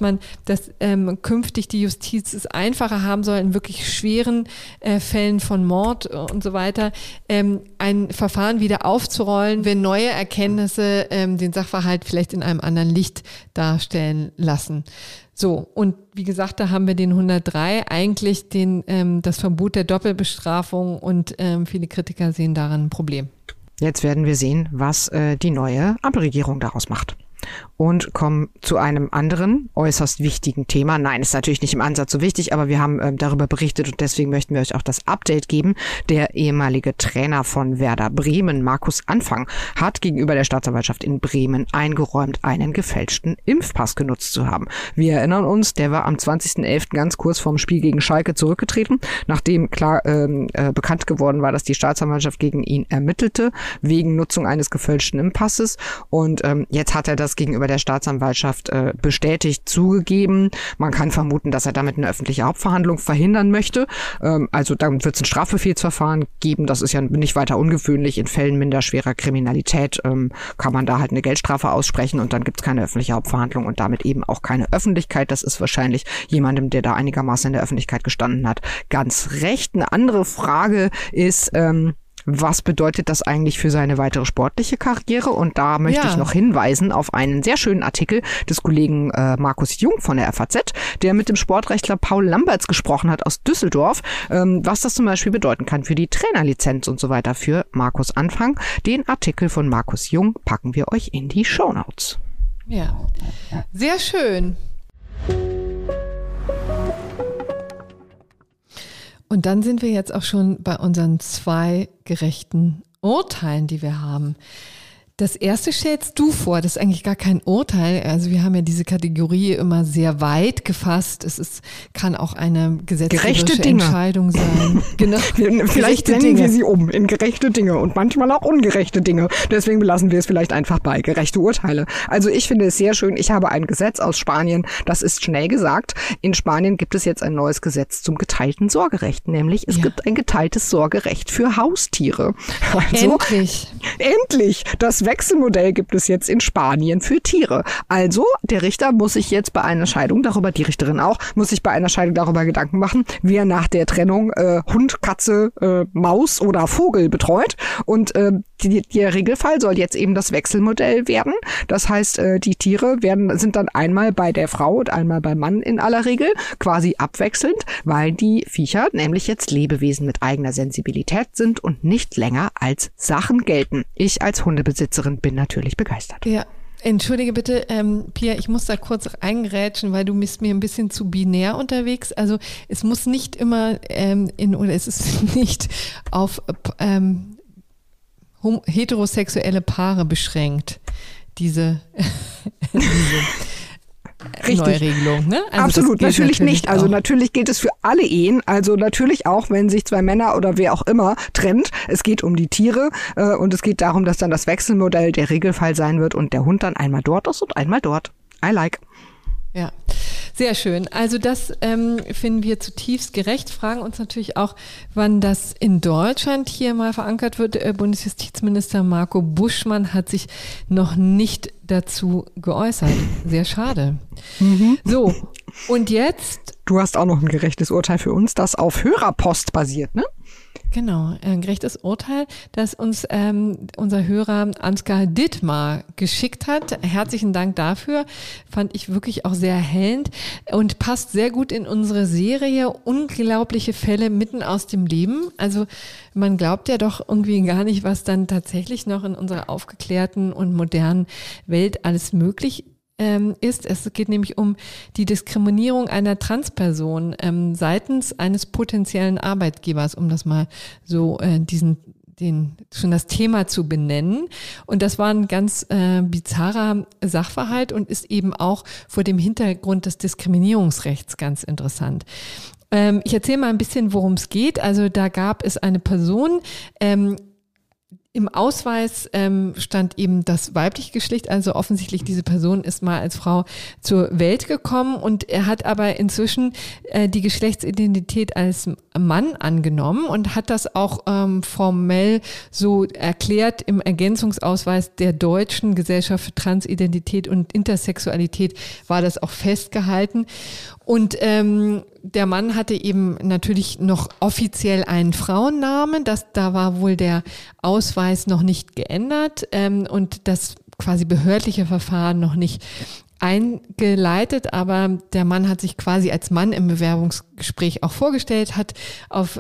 künftig die Justiz es einfacher haben soll, in wirklich schweren Fällen von Mord und so weiter, ein Verfahren wieder aufzurollen, wenn neue Erkenntnisse den Sachverhalt vielleicht in einem anderen Licht darstellen lassen. So, und wie gesagt, da haben wir den 103, eigentlich das Verbot der Doppelbestrafung und viele Kritiker sehen daran ein Problem. Jetzt werden wir sehen, was die neue Ampelregierung daraus macht. Und kommen zu einem anderen äußerst wichtigen Thema. Nein, ist natürlich nicht im Ansatz so wichtig, aber wir haben darüber berichtet und deswegen möchten wir euch auch das Update geben. Der ehemalige Trainer von Werder Bremen, Markus Anfang, hat gegenüber der Staatsanwaltschaft in Bremen eingeräumt, einen gefälschten Impfpass genutzt zu haben. Wir erinnern uns, der war am 20.11. ganz kurz vorm Spiel gegen Schalke zurückgetreten, nachdem klar bekannt geworden war, dass die Staatsanwaltschaft gegen ihn ermittelte, wegen Nutzung eines gefälschten Impfpasses. Und jetzt hat er das gegenüber der Staatsanwaltschaft bestätigt zugegeben. Man kann vermuten, dass er damit eine öffentliche Hauptverhandlung verhindern möchte. Also dann wird es ein Strafbefehlsverfahren geben. Das ist ja nicht weiter ungewöhnlich. In Fällen minderschwerer Kriminalität kann man da halt eine Geldstrafe aussprechen und dann gibt es keine öffentliche Hauptverhandlung und damit eben auch keine Öffentlichkeit. Das ist wahrscheinlich jemandem, der da einigermaßen in der Öffentlichkeit gestanden hat, ganz recht. Eine andere Frage ist, was bedeutet das eigentlich für seine weitere sportliche Karriere? Und da möchte ich noch hinweisen auf einen sehr schönen Artikel des Kollegen Markus Jung von der FAZ, der mit dem Sportrechtler Paul Lamberts gesprochen hat aus Düsseldorf, was das zum Beispiel bedeuten kann für die Trainerlizenz und so weiter für Markus Anfang. Den Artikel von Markus Jung packen wir euch in die Shownotes. Ja, sehr schön. Und dann sind wir jetzt auch schon bei unseren 2 gerechten Urteilen, die wir haben. Das erste stellst du vor, das ist eigentlich gar kein Urteil. Also wir haben ja diese Kategorie immer sehr weit gefasst. Kann auch eine gesetzgeberische Entscheidung sein. Genau. Vielleicht nennen wir sie um in gerechte Dinge und manchmal auch ungerechte Dinge. Deswegen belassen wir es vielleicht einfach bei gerechte Urteile. Also ich finde es sehr schön. Ich habe ein Gesetz aus Spanien, das ist schnell gesagt. In Spanien gibt es jetzt ein neues Gesetz zum geteilten Sorgerecht. Nämlich es gibt ein geteiltes Sorgerecht für Haustiere. Also, Endlich! Das Wechselmodell gibt es jetzt in Spanien für Tiere. Also der Richter muss sich jetzt bei einer Scheidung die Richterin auch, muss sich bei einer Scheidung darüber Gedanken machen, wer nach der Trennung Hund, Katze, Maus oder Vogel betreut. Und der Regelfall soll jetzt eben das Wechselmodell werden. Das heißt, die Tiere sind dann einmal bei der Frau und einmal beim Mann in aller Regel, quasi abwechselnd, weil die Viecher nämlich jetzt Lebewesen mit eigener Sensibilität sind und nicht länger als Sachen gelten. Ich als Hundebesitzerin bin natürlich begeistert. Ja. Entschuldige bitte, Pia, ich muss da kurz eingrätschen, weil du bist mir ein bisschen zu binär unterwegs. Also es muss nicht immer es ist nicht auf heterosexuelle Paare beschränkt, diese Neuregelung, ne? Also absolut, natürlich nicht. Also natürlich gilt es für alle Ehen, also natürlich auch, wenn sich zwei Männer oder wer auch immer trennt. Es geht um die Tiere und es geht darum, dass dann das Wechselmodell der Regelfall sein wird und der Hund dann einmal dort ist und einmal dort. I like. Ja, sehr schön. Also das finden wir zutiefst gerecht. Fragen uns natürlich auch, wann das in Deutschland hier mal verankert wird. Bundesjustizminister Marco Buschmann hat sich noch nicht dazu geäußert. Sehr schade. So, und jetzt? Du hast auch noch ein gerechtes Urteil für uns, das auf Hörerpost basiert, ne? Genau, ein gerechtes Urteil, das uns unser Hörer Ansgar Dittmar geschickt hat. Herzlichen Dank dafür. Fand ich wirklich auch sehr erhellend und passt sehr gut in unsere Serie Unglaubliche Fälle mitten aus dem Leben. Also man glaubt ja doch irgendwie gar nicht, was dann tatsächlich noch in unserer aufgeklärten und modernen Welt alles möglich ist. Es geht nämlich um die Diskriminierung einer Transperson seitens eines potenziellen Arbeitgebers, um das mal so schon das Thema zu benennen. Und das war ein ganz bizarrer Sachverhalt und ist eben auch vor dem Hintergrund des Diskriminierungsrechts ganz interessant. Ich erzähle mal ein bisschen, worum es geht. Also da gab es eine Person, im Ausweis stand eben das weibliche Geschlecht, also offensichtlich diese Person ist mal als Frau zur Welt gekommen und er hat aber inzwischen die Geschlechtsidentität als Mann angenommen und hat das auch formell so erklärt im Ergänzungsausweis der Deutschen Gesellschaft für Transidentität und Intersexualität war das auch festgehalten. Und der Mann hatte eben natürlich noch offiziell einen Frauennamen, da war wohl der Ausweis noch nicht geändert und das quasi behördliche Verfahren noch nicht eingeleitet, aber der Mann hat sich quasi als Mann im Bewerbungsgespräch auch vorgestellt, hat auf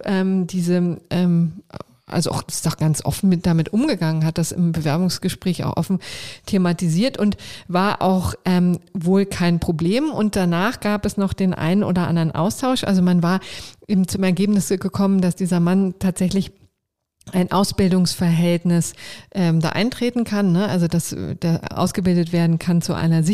also auch ist doch ganz offen damit umgegangen, hat das im Bewerbungsgespräch auch offen thematisiert und war auch wohl kein Problem. Und danach gab es noch den einen oder anderen Austausch. Also man war eben zum Ergebnis gekommen, dass dieser Mann tatsächlich ein Ausbildungsverhältnis da eintreten kann, ne? Also dass der ausgebildet werden kann zu einer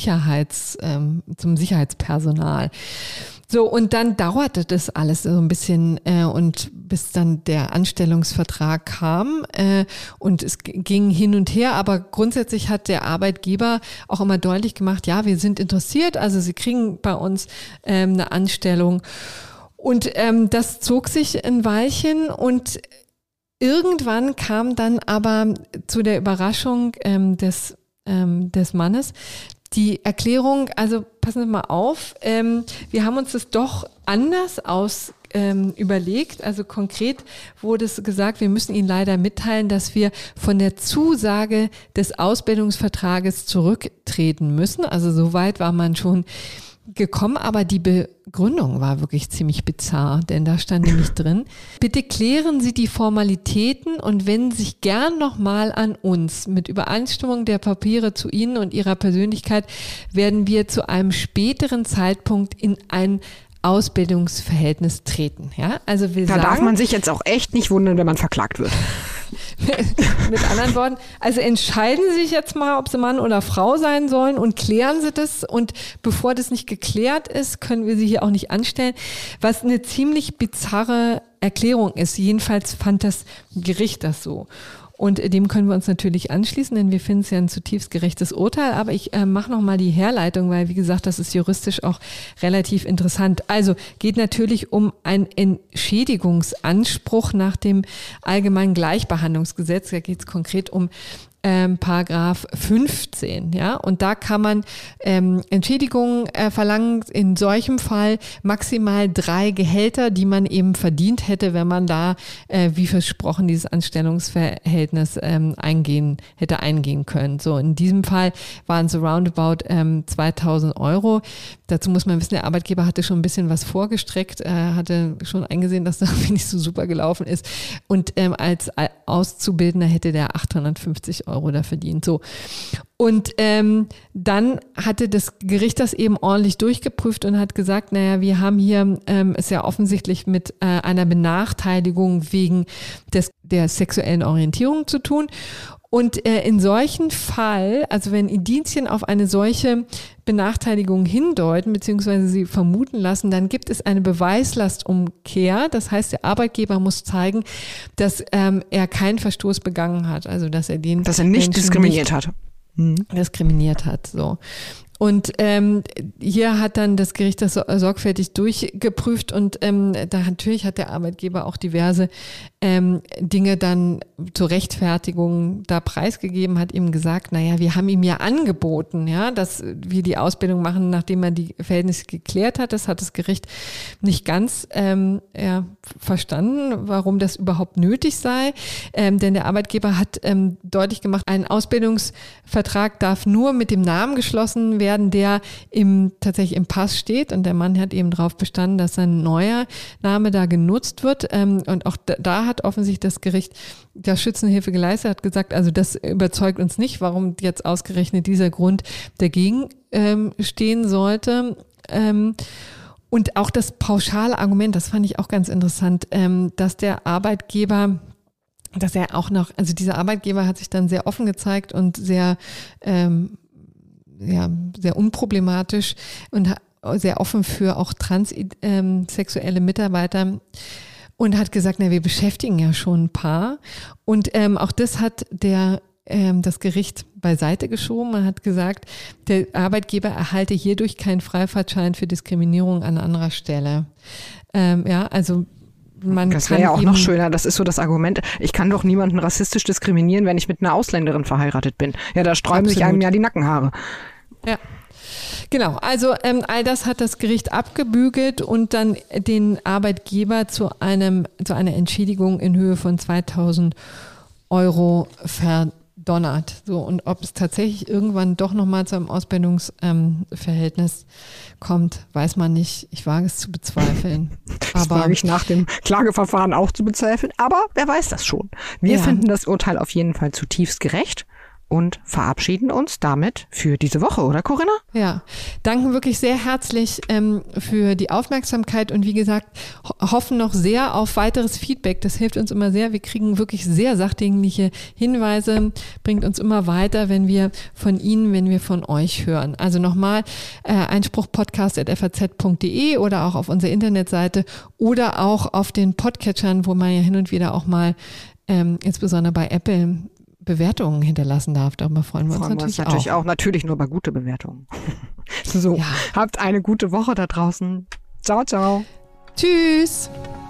zum Sicherheitspersonal. So, und dann dauerte das alles so ein bisschen und bis dann der Anstellungsvertrag kam und es ging hin und her, aber grundsätzlich hat der Arbeitgeber auch immer deutlich gemacht, ja, wir sind interessiert, also Sie kriegen bei uns eine Anstellung und das zog sich ein Weilchen und irgendwann kam dann aber zu der Überraschung des Mannes die Erklärung, also passen Sie mal auf, wir haben uns das doch anders überlegt. Also konkret wurde es gesagt, wir müssen Ihnen leider mitteilen, dass wir von der Zusage des Ausbildungsvertrages zurücktreten müssen. Also so weit war man schon gekommen, aber die Begründung war wirklich ziemlich bizarr, denn da stand nämlich drin, bitte klären Sie die Formalitäten und wenden sich gern nochmal an uns. Mit Übereinstimmung der Papiere zu Ihnen und Ihrer Persönlichkeit werden wir zu einem späteren Zeitpunkt in ein Ausbildungsverhältnis treten. Ja, also da darf man sich jetzt auch echt nicht wundern, wenn man verklagt wird. Mit anderen Worten, also entscheiden Sie sich jetzt mal, ob Sie Mann oder Frau sein sollen und klären Sie das. Und bevor das nicht geklärt ist, können wir Sie hier auch nicht anstellen. Was eine ziemlich bizarre Erklärung ist. Jedenfalls fand das Gericht das so. Und dem können wir uns natürlich anschließen, denn wir finden es ja ein zutiefst gerechtes Urteil. Aber ich mache nochmal die Herleitung, weil, wie gesagt, das ist juristisch auch relativ interessant. Also geht natürlich um einen Entschädigungsanspruch nach dem Allgemeinen Gleichbehandlungsgesetz. Da geht es konkret um Paragraph 15, ja, und da kann man Entschädigungen verlangen, in solchem Fall maximal 3 Gehälter, die man eben verdient hätte, wenn man da, wie versprochen, dieses Anstellungsverhältnis hätte eingehen können. So, in diesem Fall waren es so roundabout 2.000 Euro. Dazu muss man wissen, der Arbeitgeber hatte schon ein bisschen was vorgestreckt, hatte schon eingesehen, dass das nicht so super gelaufen ist, und als Auszubildender hätte der 850 Euro da verdient. So. Und dann hatte das Gericht das eben ordentlich durchgeprüft und hat gesagt, naja, wir haben hier es ja offensichtlich mit einer Benachteiligung wegen der sexuellen Orientierung zu tun. Und in solchen Fall, also wenn Indizien auf eine solche Benachteiligung hindeuten, beziehungsweise sie vermuten lassen, dann gibt es eine Beweislastumkehr. Das heißt, der Arbeitgeber muss zeigen, dass er keinen Verstoß begangen hat. Also, dass er nicht diskriminiert hat. Diskriminiert hat, so. Und hier hat dann das Gericht das sorgfältig durchgeprüft und natürlich hat der Arbeitgeber auch diverse Dinge dann zur Rechtfertigung da preisgegeben, hat ihm gesagt, naja, wir haben ihm ja angeboten, ja, dass wir die Ausbildung machen, nachdem er die Verhältnisse geklärt hat. Das hat das Gericht nicht ganz verstanden, warum das überhaupt nötig sei. Denn der Arbeitgeber hat deutlich gemacht, ein Ausbildungsvertrag darf nur mit dem Namen geschlossen werden, der tatsächlich im Pass steht, und der Mann hat eben darauf bestanden, dass sein neuer Name da genutzt wird, und auch da hat offensichtlich das Gericht ja Schützenhilfe geleistet, hat gesagt, also das überzeugt uns nicht, warum jetzt ausgerechnet dieser Grund dagegen stehen sollte. Und auch das pauschale Argument, das fand ich auch ganz interessant, dass der Arbeitgeber, dass er auch noch, also dieser Arbeitgeber hat sich dann sehr offen gezeigt und sehr unproblematisch und sehr offen für auch transsexuelle Mitarbeiter und hat gesagt, wir beschäftigen ja schon ein paar. Und auch das hat das Gericht beiseite geschoben. Man hat gesagt, der Arbeitgeber erhalte hierdurch keinen Freifahrtschein für Diskriminierung an anderer Stelle. Also das wäre ja auch noch schöner, das ist so das Argument, ich kann doch niemanden rassistisch diskriminieren, wenn ich mit einer Ausländerin verheiratet bin. Ja, da sträuben sich einem ja die Nackenhaare. Ja, genau. Also all das hat das Gericht abgebügelt und dann den Arbeitgeber zu einer Entschädigung in Höhe von 2.000 Euro verdonnert. So, und ob es tatsächlich irgendwann doch nochmal zu einem Ausbildungsverhältnis kommt, weiß man nicht. Ich wage es zu bezweifeln. Das wage ich nach dem Klageverfahren auch zu bezweifeln, aber wer weiß das schon. Wir finden das Urteil auf jeden Fall zutiefst gerecht und verabschieden uns damit für diese Woche, oder Corinna? Ja, danken wirklich sehr herzlich für die Aufmerksamkeit und wie gesagt, hoffen noch sehr auf weiteres Feedback. Das hilft uns immer sehr. Wir kriegen wirklich sehr sachdienliche Hinweise, bringt uns immer weiter, wenn wir von Ihnen, wenn wir von euch hören. Also nochmal einspruchpodcast@faz.de oder auch auf unserer Internetseite oder auch auf den Podcatchern, wo man ja hin und wieder auch mal insbesondere bei Apple Bewertungen hinterlassen darf. Darüber freuen wir uns natürlich auch. Natürlich nur bei gute Bewertungen. So, habt eine gute Woche da draußen. Ciao, ciao. Tschüss.